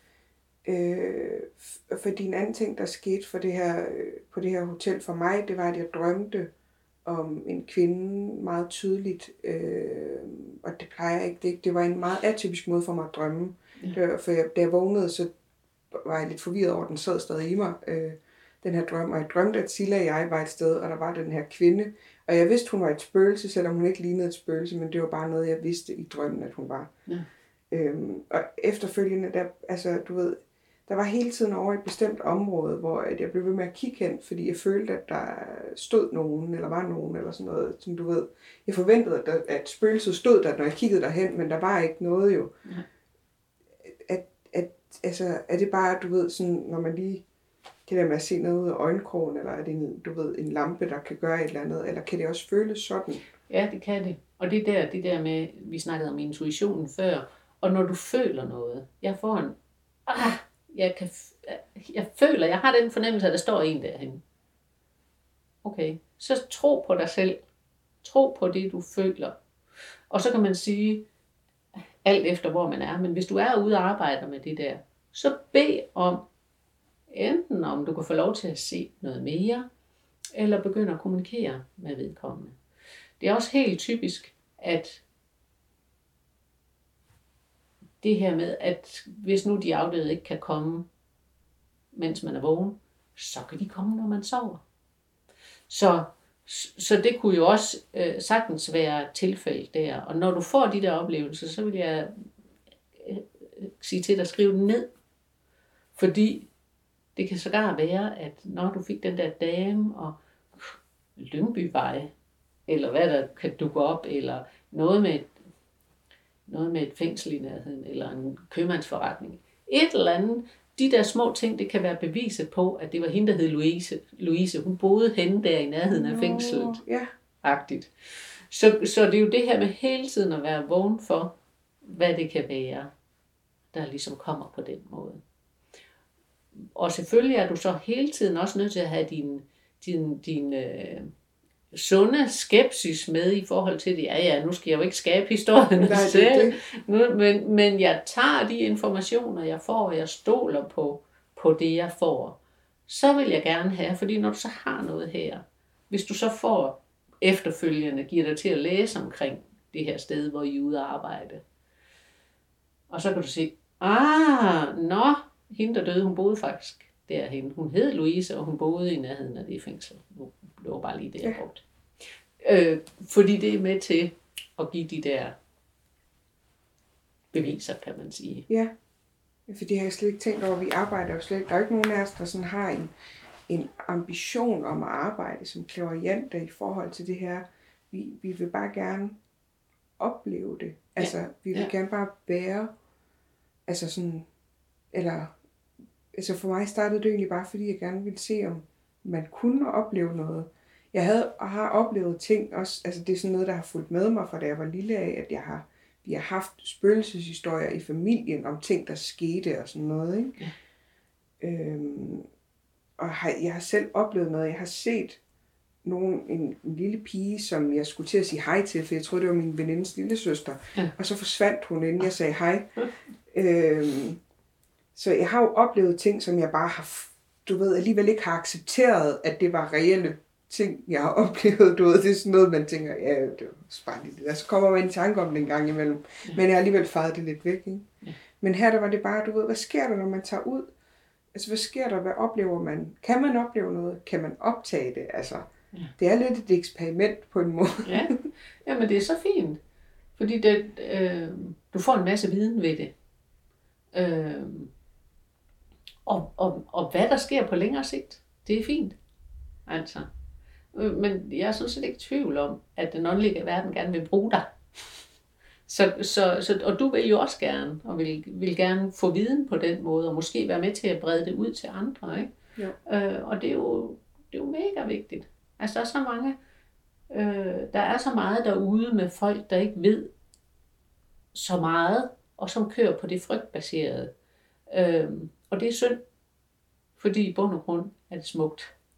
for din anden ting, der skete for det her, på det her hotel for mig, det var, at jeg drømte om en kvinde meget tydeligt, og det plejer jeg ikke. Det var en meget atypisk måde for mig at drømme. Ja. Da jeg vågnede, så var jeg lidt forvirret over, den sad stadig i mig, den her drøm, og jeg drømte, at Silla og jeg var et sted, og der var den her kvinde, og jeg vidste, hun var et spøgelse, selvom hun ikke lignede et spøgelse, men det var bare noget, jeg vidste i drømmen, at hun var. Ja. Og efterfølgende, der var hele tiden over et bestemt område, hvor jeg blev ved med at kigge hen, fordi jeg følte, at der stod nogen, eller var nogen, eller sådan noget, som du ved. Jeg forventede, at spøgelset stod der, når jeg kiggede derhen, men der var ikke noget jo. Er det bare, du ved, sådan, når man lige det der med at se noget ud af øjenkrogen, eller er det en lampe, der kan gøre et eller andet, eller kan det også føles sådan? Ja, det kan det. Og det der med, vi snakkede om intuitionen før, og når du føler noget, jeg får en, jeg føler, jeg har den fornemmelse, at der står en derhen. Okay, så tro på dig selv. Tro på det, du føler. Og så kan man sige, alt efter hvor man er, men hvis du er ude og arbejder med det der, så bed om, enten om du kan få lov til at se noget mere, eller begynde at kommunikere med vedkommende. Det er også helt typisk, at det her med, at hvis nu de afdøde ikke kan komme, mens man er vågen, så kan de komme, når man sover. Så det kunne jo også sagtens være tilfældet der. Og når du får de der oplevelser, så vil jeg sige til dig at skrive den ned. Fordi det kan sågar være, at når du fik den der dame og Lyngbyvej, eller hvad der kan dukke op, eller noget med et fængsel i nærheden, eller en købmandsforretning. Et eller andet. De der små ting, det kan være beviset på, at det var hende, der hed Louise. Hun boede henne der i nærheden af fængslet. Agtigt. Så det er jo det her med hele tiden at være vågen for, hvad det kan være, der ligesom kommer på den måde. Og selvfølgelig er du så hele tiden også nødt til at have din sunde skepsis med i forhold til det. Ja, nu skal jeg jo ikke skabe historien selv. Men jeg tager de informationer, jeg får, og jeg stoler på det, jeg får. Så vil jeg gerne have, fordi når du så har noget her, hvis du så får efterfølgende, giver dig til at læse omkring det her sted, hvor I er ude at arbejde. Og så kan du sige, hende der døde, hun boede faktisk derhen. Hun hed Louise, og hun boede i nærheden af det fængsel. Det var bare lige det, jeg brugte. Fordi det er med til at give de der beviser, kan man sige. Ja, fordi jeg har slet ikke tænkt over, at vi arbejder jo slet. Der er jo ikke nogen af os, der sådan har en ambition om at arbejde som clairvoyante i forhold til det her. Vi vil bare gerne opleve det. Altså, vi vil gerne bare være, altså sådan, eller, altså for mig startede det egentlig bare, fordi jeg gerne ville se, om man kunne opleve noget. Jeg har oplevet ting også, altså det er sådan noget, der har fulgt med mig, fra da jeg var lille af, at vi har haft spøgelseshistorier i familien om ting, der skete og sådan noget, ikke? Ja. Og jeg har selv oplevet noget. Jeg har set en lille pige, som jeg skulle til at sige hej til, for jeg troede, det var min venindes lillesøster. Ja. Og så forsvandt hun, inden jeg sagde hej. Så jeg har jo oplevet ting, som jeg bare har, alligevel ikke har accepteret, at det var reelle ting, jeg har oplevet. Det er sådan noget, man tænker, ja, det var bare lige det. Så kommer man i tanke om det en gang imellem. Ja. Men jeg har alligevel faret det lidt væk, ikke? Ja. Men her der var det bare, hvad sker der, når man tager ud? Altså, hvad sker der? Hvad oplever man? Kan man opleve noget? Kan man optage det? Altså, Det er lidt et eksperiment på en måde. Ja, men det er så fint. Fordi du får en masse viden ved det. Og hvad der sker på længere sigt, det er fint. Altså. Men jeg er sådan set ikke i tvivl om, at den åndelige verden gerne vil bruge dig. Og du vil jo også gerne, og vil gerne få viden på den måde, og måske være med til at brede det ud til andre. Ikke? Jo. Og det er jo mega vigtigt. Altså der er så mange, der er så meget derude med folk, der ikke ved så meget, og som kører på det frygtbaserede. Og det er synd, fordi i bund og grund er det smukt.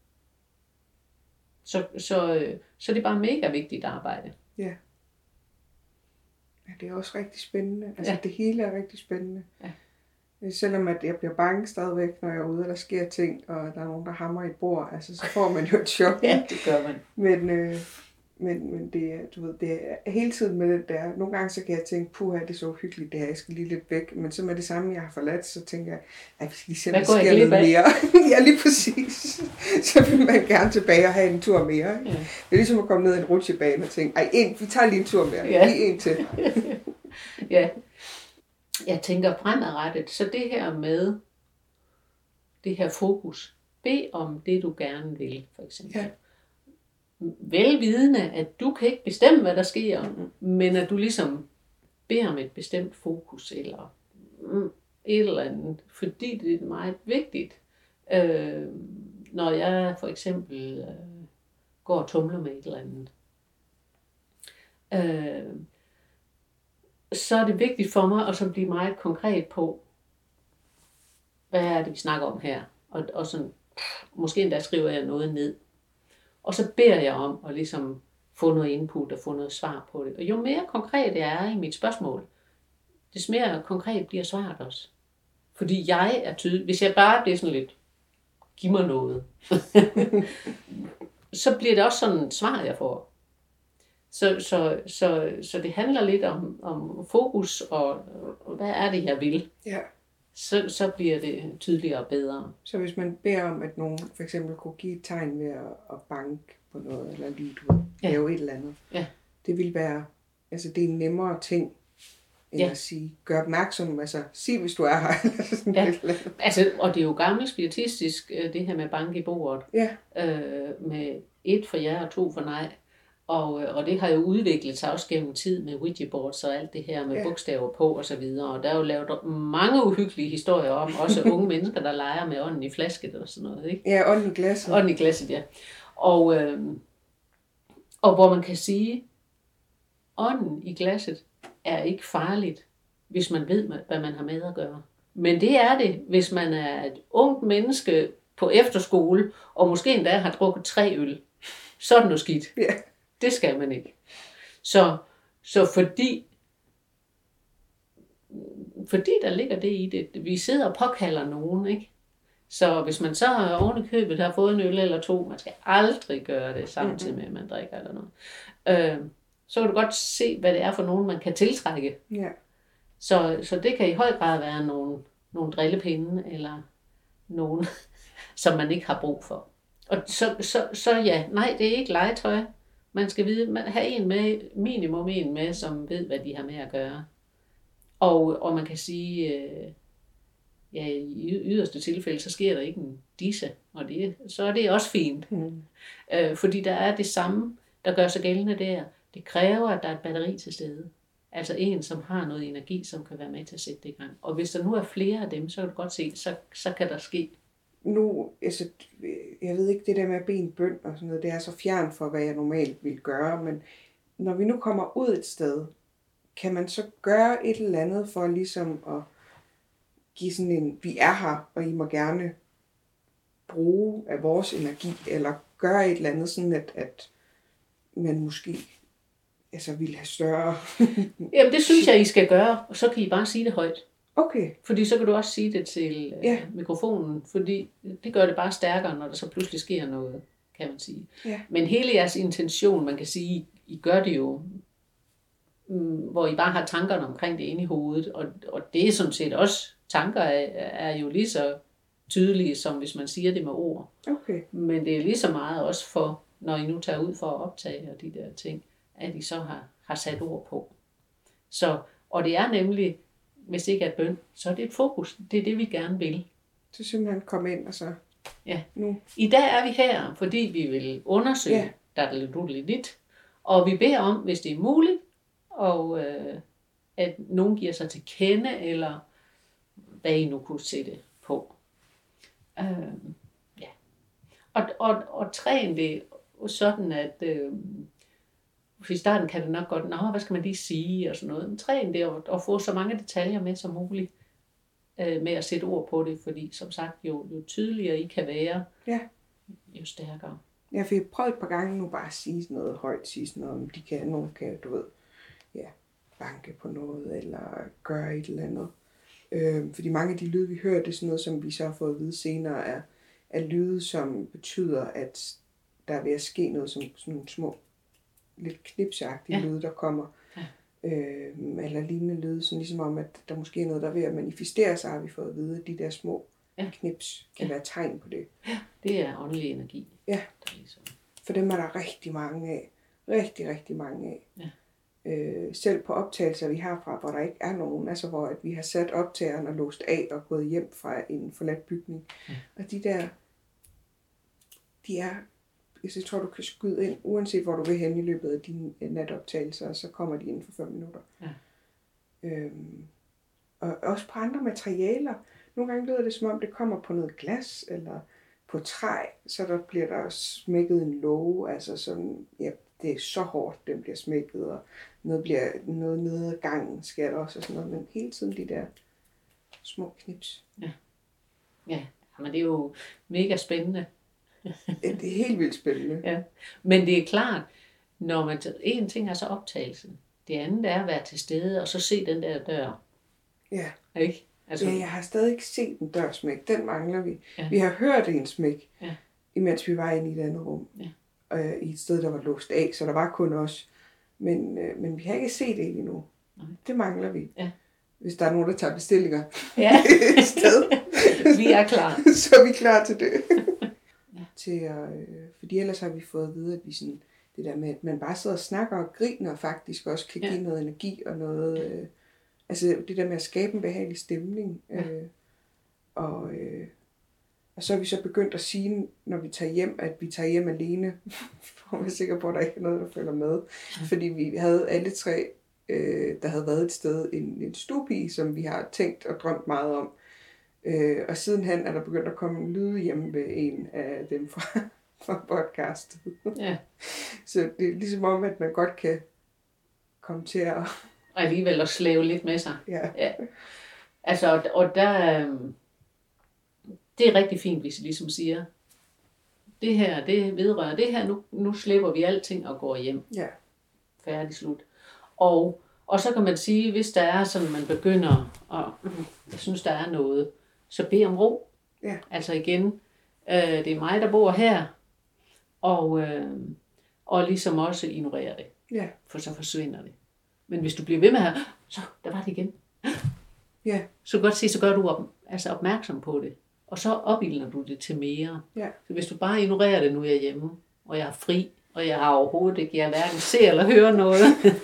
Så det er bare mega vigtigt arbejde. Ja. Ja, det er også rigtig spændende. Altså det hele er rigtig spændende. Ja. Selvom at jeg bliver bange stadigvæk, når jeg er ude, og der sker ting, og der er nogen, der hamrer i et bord, altså så får man jo et chok. Ja, det gør man. Men det er, du ved, det er hele tiden med det der. Nogle gange så kan jeg tænke, puha, det er så uhyggeligt det her, jeg skal lige lidt væk. Men så med det samme, jeg har forladt, så tænker jeg, at vi skal lige se, der sker lidt mere. Ja, lige præcis. Så vil man gerne tilbage og have en tur mere. Ja. Det er ligesom at komme ned i en rutsjebane og tænke, vi tager lige en tur mere. Ja. Lige en til. Ja. Jeg tænker fremadrettet, så det her med det her fokus, bed om det, du gerne vil, for eksempel. Ja. Velvidende, at du kan ikke bestemme, hvad der sker, men at du ligesom beder om et bestemt fokus, eller et eller andet, fordi det er meget vigtigt. Når jeg for eksempel går og tumler med et eller andet, så er det vigtigt for mig at så blive meget konkret på, hvad er det, vi snakker om her, og sådan, måske endda skriver jeg noget ned. Og så beder jeg om at ligesom få noget input og få noget svar på det. Og jo mere konkret jeg er i mit spørgsmål, des mere konkret bliver svaret også. Fordi jeg er tydelig. Hvis jeg bare bliver sådan lidt, giv mig noget, så bliver det også sådan et svar, jeg får. Så det handler lidt om fokus og hvad er det, jeg vil. Ja. Så bliver det tydeligere og bedre. Så hvis man beder om, at nogen for eksempel kunne give et tegn ved at banke på noget, eller lige lave et eller andet, det vil være, altså det er en nemmere ting, end at sige, gør opmærksom, altså sig hvis du er her. Altså, og det er jo gammelt spiritistisk, det her med banke i bordet, med 1 for ja og 2 for nej. Og det har jo udviklet sig også gennem tid med Ouija boards og alt det her med bogstaver på og så videre. Og der er jo lavet mange uhyggelige historier om, også unge mennesker, der leger med ånden i flasket og sådan noget. Ikke? Ja, ånden i glasset. Ånden i glasset, ja. Og hvor man kan sige, ånden i glasset er ikke farligt, hvis man ved, hvad man har med at gøre. Men det er det, hvis man er et ungt menneske på efterskole, og måske endda har drukket 3 øl. Så er det noget skidt. Ja. Det skal man ikke. Så fordi der ligger det i det, vi sidder og påkalder nogen, ikke? Så hvis man så oven i købet har fået en øl eller 2, man skal aldrig gøre det samtidig med, at man drikker eller noget. Så kan du godt se, hvad det er for nogen, man kan tiltrække. Ja. Så det kan i høj grad være nogle drillepinde, eller nogen, som man ikke har brug for. Og så ja, nej, det er ikke legetøj. Man skal have minimum en med, som ved, hvad de har med at gøre. Og man kan sige, i yderste tilfælde, så sker der ikke en disse, og så er det også fint. Fordi der er det samme, der gør sig gældende der. Det kræver, at der er et batteri til stede. Altså en, som har noget energi, som kan være med til at sætte det i gang. Og hvis der nu er flere af dem, så kan du godt se, så kan der ske. Nu, altså, jeg ved ikke, det der med at bede en bøn og sådan noget, det er så fjern for, hvad jeg normalt ville gøre, men når vi nu kommer ud et sted, kan man så gøre et eller andet for ligesom at give sådan en, vi er her, og I må gerne bruge af vores energi, eller gøre et eller andet sådan, at man måske ville have større... Jamen det synes jeg, I skal gøre, og så kan I bare sige det højt. Okay. Fordi så kan du også sige det til mikrofonen, fordi det gør det bare stærkere, når der så pludselig sker noget, kan man sige. Ja. Men hele jeres intention, man kan sige, I gør det jo, hvor I bare har tankerne omkring det inde i hovedet, og det er sådan set også, tanker er jo lige så tydelige, som hvis man siger det med ord. Okay. Men det er lige så meget også for når I nu tager ud for at optage og de der ting, at I så har sat ord på. Så, og det er nemlig, hvis ikke er bøn, så er det et fokus. Det er det, vi gerne vil. Så simpelthen komme ind og så nu. I dag er vi her, fordi vi vil undersøge lidt, og vi beder om, hvis det er muligt, og at nogen giver sig til kende, eller hvad I nu kunne sætte på. Og træn det sådan, at i starten kan det nok godt, hvad skal man lige sige, og sådan noget. Men træn det og få så mange detaljer med som muligt, med at sætte ord på det, fordi som sagt, jo tydeligere I kan være, jo stærkere. Ja, for jeg har prøvet et par gange nu bare at sige sådan noget højt, sige sådan noget, om nogen kan, du ved, banke på noget, eller gøre et eller andet. Fordi mange af de lyde, vi hører, det er sådan noget, som vi så har fået at vide senere, er lyde, som betyder, at der er ved at ske noget, som sådan nogle små, lidt knipsagtige lyde, der kommer. Eller lignende lyde, sådan ligesom om, at der måske er noget, der er ved at manifestere sig, har vi fået at vide, at de der små knips kan være tegn på det. Ja, det er åndelig energi. Ja, for dem er der rigtig mange af. Rigtig, rigtig mange af. Ja. Selv på optagelser, vi har fra, hvor der ikke er nogen, altså hvor at vi har sat optageren og låst af og gået hjem fra en forladt bygning. Og de der, de er, jeg tror, du kan skyde ind, uanset hvor du vil hen i løbet af dine natoptagelser, så kommer de inden for 5 minutter. Ja. Og også på andre materialer. Nogle gange lyder det, som om det kommer på noget glas, eller på træ, så der bliver der smækket en låge, altså sådan, det er så hårdt, den bliver smækket, og noget nede ad gangen sker der også, og sådan noget, men hele tiden de der små knips. Ja, men det er jo mega spændende. Det er helt vildt spændende. Ja. Men det er klart, når man en ting er så optagelsen, det andet er at være til stede, og så se den der dør. Ja. Ikke? Altså, jeg har stadig ikke set en dør smæk, den mangler vi. Ja. Vi har hørt en smæk, imens vi var inde i et andet rum. Ja. I et sted, der var låst af, så der var kun os. Men vi har ikke set det endnu. Nej. Det mangler vi. Ja. Hvis der er nogen, der tager bestillinger et sted. Vi er klar. Så er vi klar til det. Fordi ellers har vi fået at vide, at vi sådan, det der med, at man bare sidder og snakker og griner, faktisk også kan give noget energi og noget, altså det der med at skabe en behagelig stemning. Og så er vi så begyndt at sige, når vi tager hjem, at vi tager hjem alene, for at være sikker på, at der ikke er noget, der følger med. Fordi vi havde alle 3, der havde været et sted, en stuepige, som vi har tænkt og drømt meget om. Og sidenhen er der begyndt at komme lyde hjemme ved en af dem fra podcastet. Ja. Så det er ligesom om, at man godt kan komme til at... Og alligevel at slæve lidt med sig. Ja. Altså, og der... Det er rigtig fint, hvis I ligesom siger, det her, det vedrører det her, nu slipper vi alting og går hjem. Ja. Færdig slut. Og så kan man sige, hvis der er sådan, man begynder, og jeg synes, der er noget, så bed om ro. Ja. Altså igen, det er mig, der bor her, og ligesom også ignorere det. Ja. For så forsvinder det. Men hvis du bliver ved med her, så der var det igen. Ja. Så godt sige, så gør du opmærksom på det. Og så opildner du det til mere. Ja. Så hvis du bare ignorerer det, nu er jeg hjemme, og jeg er fri, og jeg har overhovedet ikke, jeg hverken ser eller hører noget,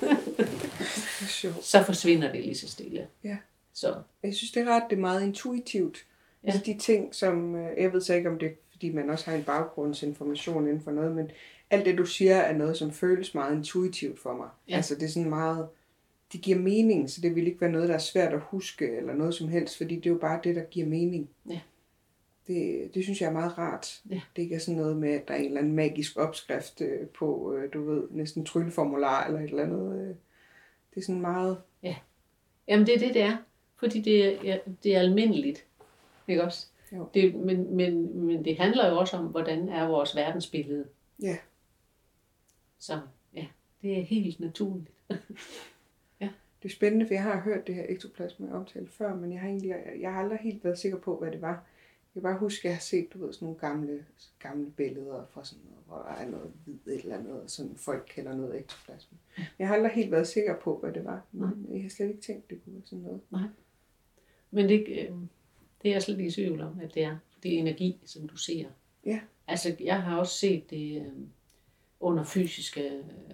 så forsvinder det lige så stille. Ja. Så. Jeg synes, det er ret, det er meget intuitivt. Ja. Altså de ting, som, jeg ved så ikke, om det er, fordi man også har en baggrundsinformation inden for noget, men alt det, du siger, er noget, som føles meget intuitivt for mig. Ja. Altså det er sådan meget, det giver mening, så det vil ikke være noget, der er svært at huske, eller noget som helst, fordi det er jo bare det, der giver mening. Ja. Det synes jeg er meget rart. Ja. Det ikke er sådan noget med, at der er en eller anden magisk opskrift på, du ved, næsten trylleformular eller et eller andet. Det er sådan meget... Ja. Jamen det er det er. Fordi det er almindeligt. Ikke også? Men det handler jo også om, hvordan er vores verdensbillede. Ja. Så ja, det er helt naturligt. Ja. Det er spændende, for jeg har hørt det her ektoplasma omtalt før, men jeg har aldrig helt været sikker på, hvad det var. Jeg kan bare huske, at jeg har set, du ved, sådan nogle gamle billeder fra sådan noget, hvor der er noget hvid et eller andet, sådan folk kalder noget ektoplasma. Jeg har aldrig helt været sikker på, hvad det var, men jeg har slet ikke tænkt, det kunne være sådan noget. Nej. Men det er jeg slet ikke i tvivl om, at det er energi, som du ser. Ja. Altså, jeg har også set det under fysiske,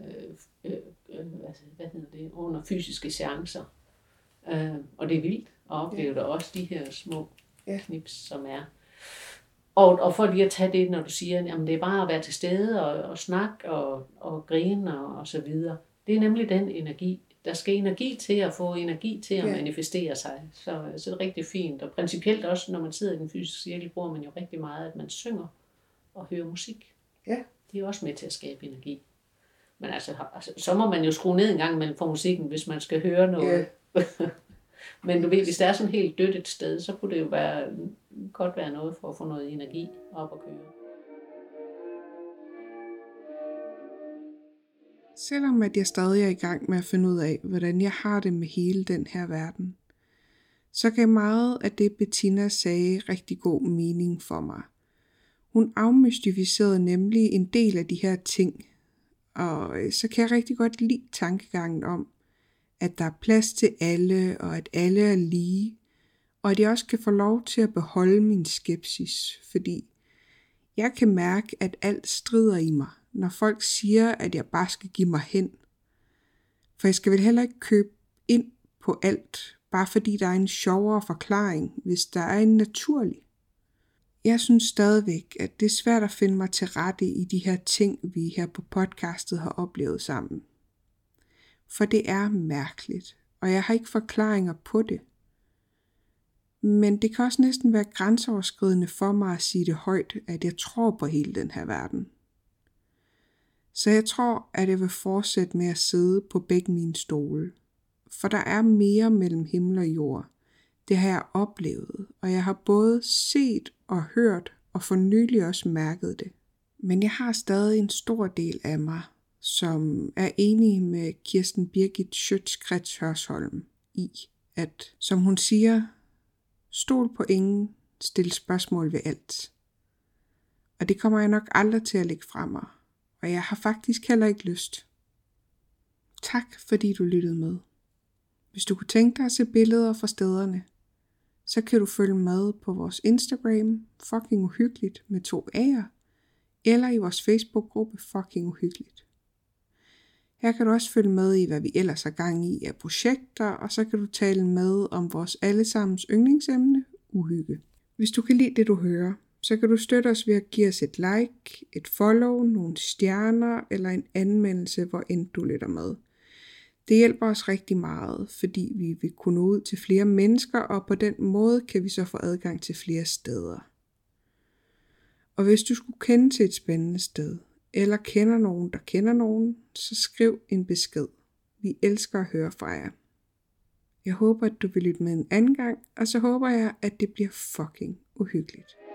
under fysiske seancer. Og det er vildt at opleve der også de her små knips, som er. Og for lige at tage det, når du siger, jamen det er bare at være til stede og snakke og grine og så videre. Det er nemlig den energi. Der skal energi til at få energi til at manifestere sig. Så det er rigtig fint. Og principielt også, når man sidder i den fysiske cirkel, bruger man jo rigtig meget, at man synger og hører musik. Ja. Det er også med til at skabe energi. Men altså, så må man jo skrue ned en gang imellem for musikken, hvis man skal høre noget. Yeah. Men du ved, hvis det er sådan helt dødt et sted, så kunne det jo godt være noget for at få noget energi op at køre. Selvom at jeg stadig er i gang med at finde ud af, hvordan jeg har det med hele den her verden, så gav meget af det, Bettina sagde, rigtig god mening for mig. Hun afmystificerede nemlig en del af de her ting, og så kan jeg rigtig godt lide tankegangen om, at der er plads til alle, og at alle er lige, og at jeg også kan få lov til at beholde min skepsis, fordi jeg kan mærke, at alt strider i mig, når folk siger, at jeg bare skal give mig hen. For jeg skal vel heller ikke købe ind på alt, bare fordi der er en sjovere forklaring, hvis der er en naturlig. Jeg synes stadigvæk, at det er svært at finde mig til rette i de her ting, vi her på podcastet har oplevet sammen. For det er mærkeligt, og jeg har ikke forklaringer på det. Men det kan også næsten være grænseoverskridende for mig at sige det højt, at jeg tror på hele den her verden. Så jeg tror, at jeg vil fortsætte med at sidde på begge mine stole. For der er mere mellem himmel og jord. Det har jeg oplevet, og jeg har både set og hørt, og for nylig også mærket det. Men jeg har stadig en stor del af mig, som er enig med Kirsten Birgit Schiøtz-Kretz Hørsholm i, at, som hun siger, stol på ingen, stil spørgsmål ved alt. Og det kommer jeg nok aldrig til at lægge fra mig, og jeg har faktisk heller ikke lyst. Tak fordi du lyttede med. Hvis du kunne tænke dig at se billeder fra stederne, så kan du følge med på vores Instagram, Fucking Uhyggeligt med 2 A'er, eller i vores Facebook-gruppe Fucking Uhyggeligt. Her kan du også følge med i, hvad vi ellers har gang i af projekter, og så kan du tale med om vores allesammens yndlingsemne, uhygge. Hvis du kan lide det, du hører, så kan du støtte os ved at give os et like, et follow, nogle stjerner eller en anmeldelse, hvor end du lytter med. Det hjælper os rigtig meget, fordi vi vil kunne nå ud til flere mennesker, og på den måde kan vi så få adgang til flere steder. Og hvis du skulle kende til et spændende sted, eller kender nogen, der kender nogen, så skriv en besked. Vi elsker at høre fra jer. Jeg håber, at du vil lytte med en anden gang, og så håber jeg, at det bliver fucking uhyggeligt.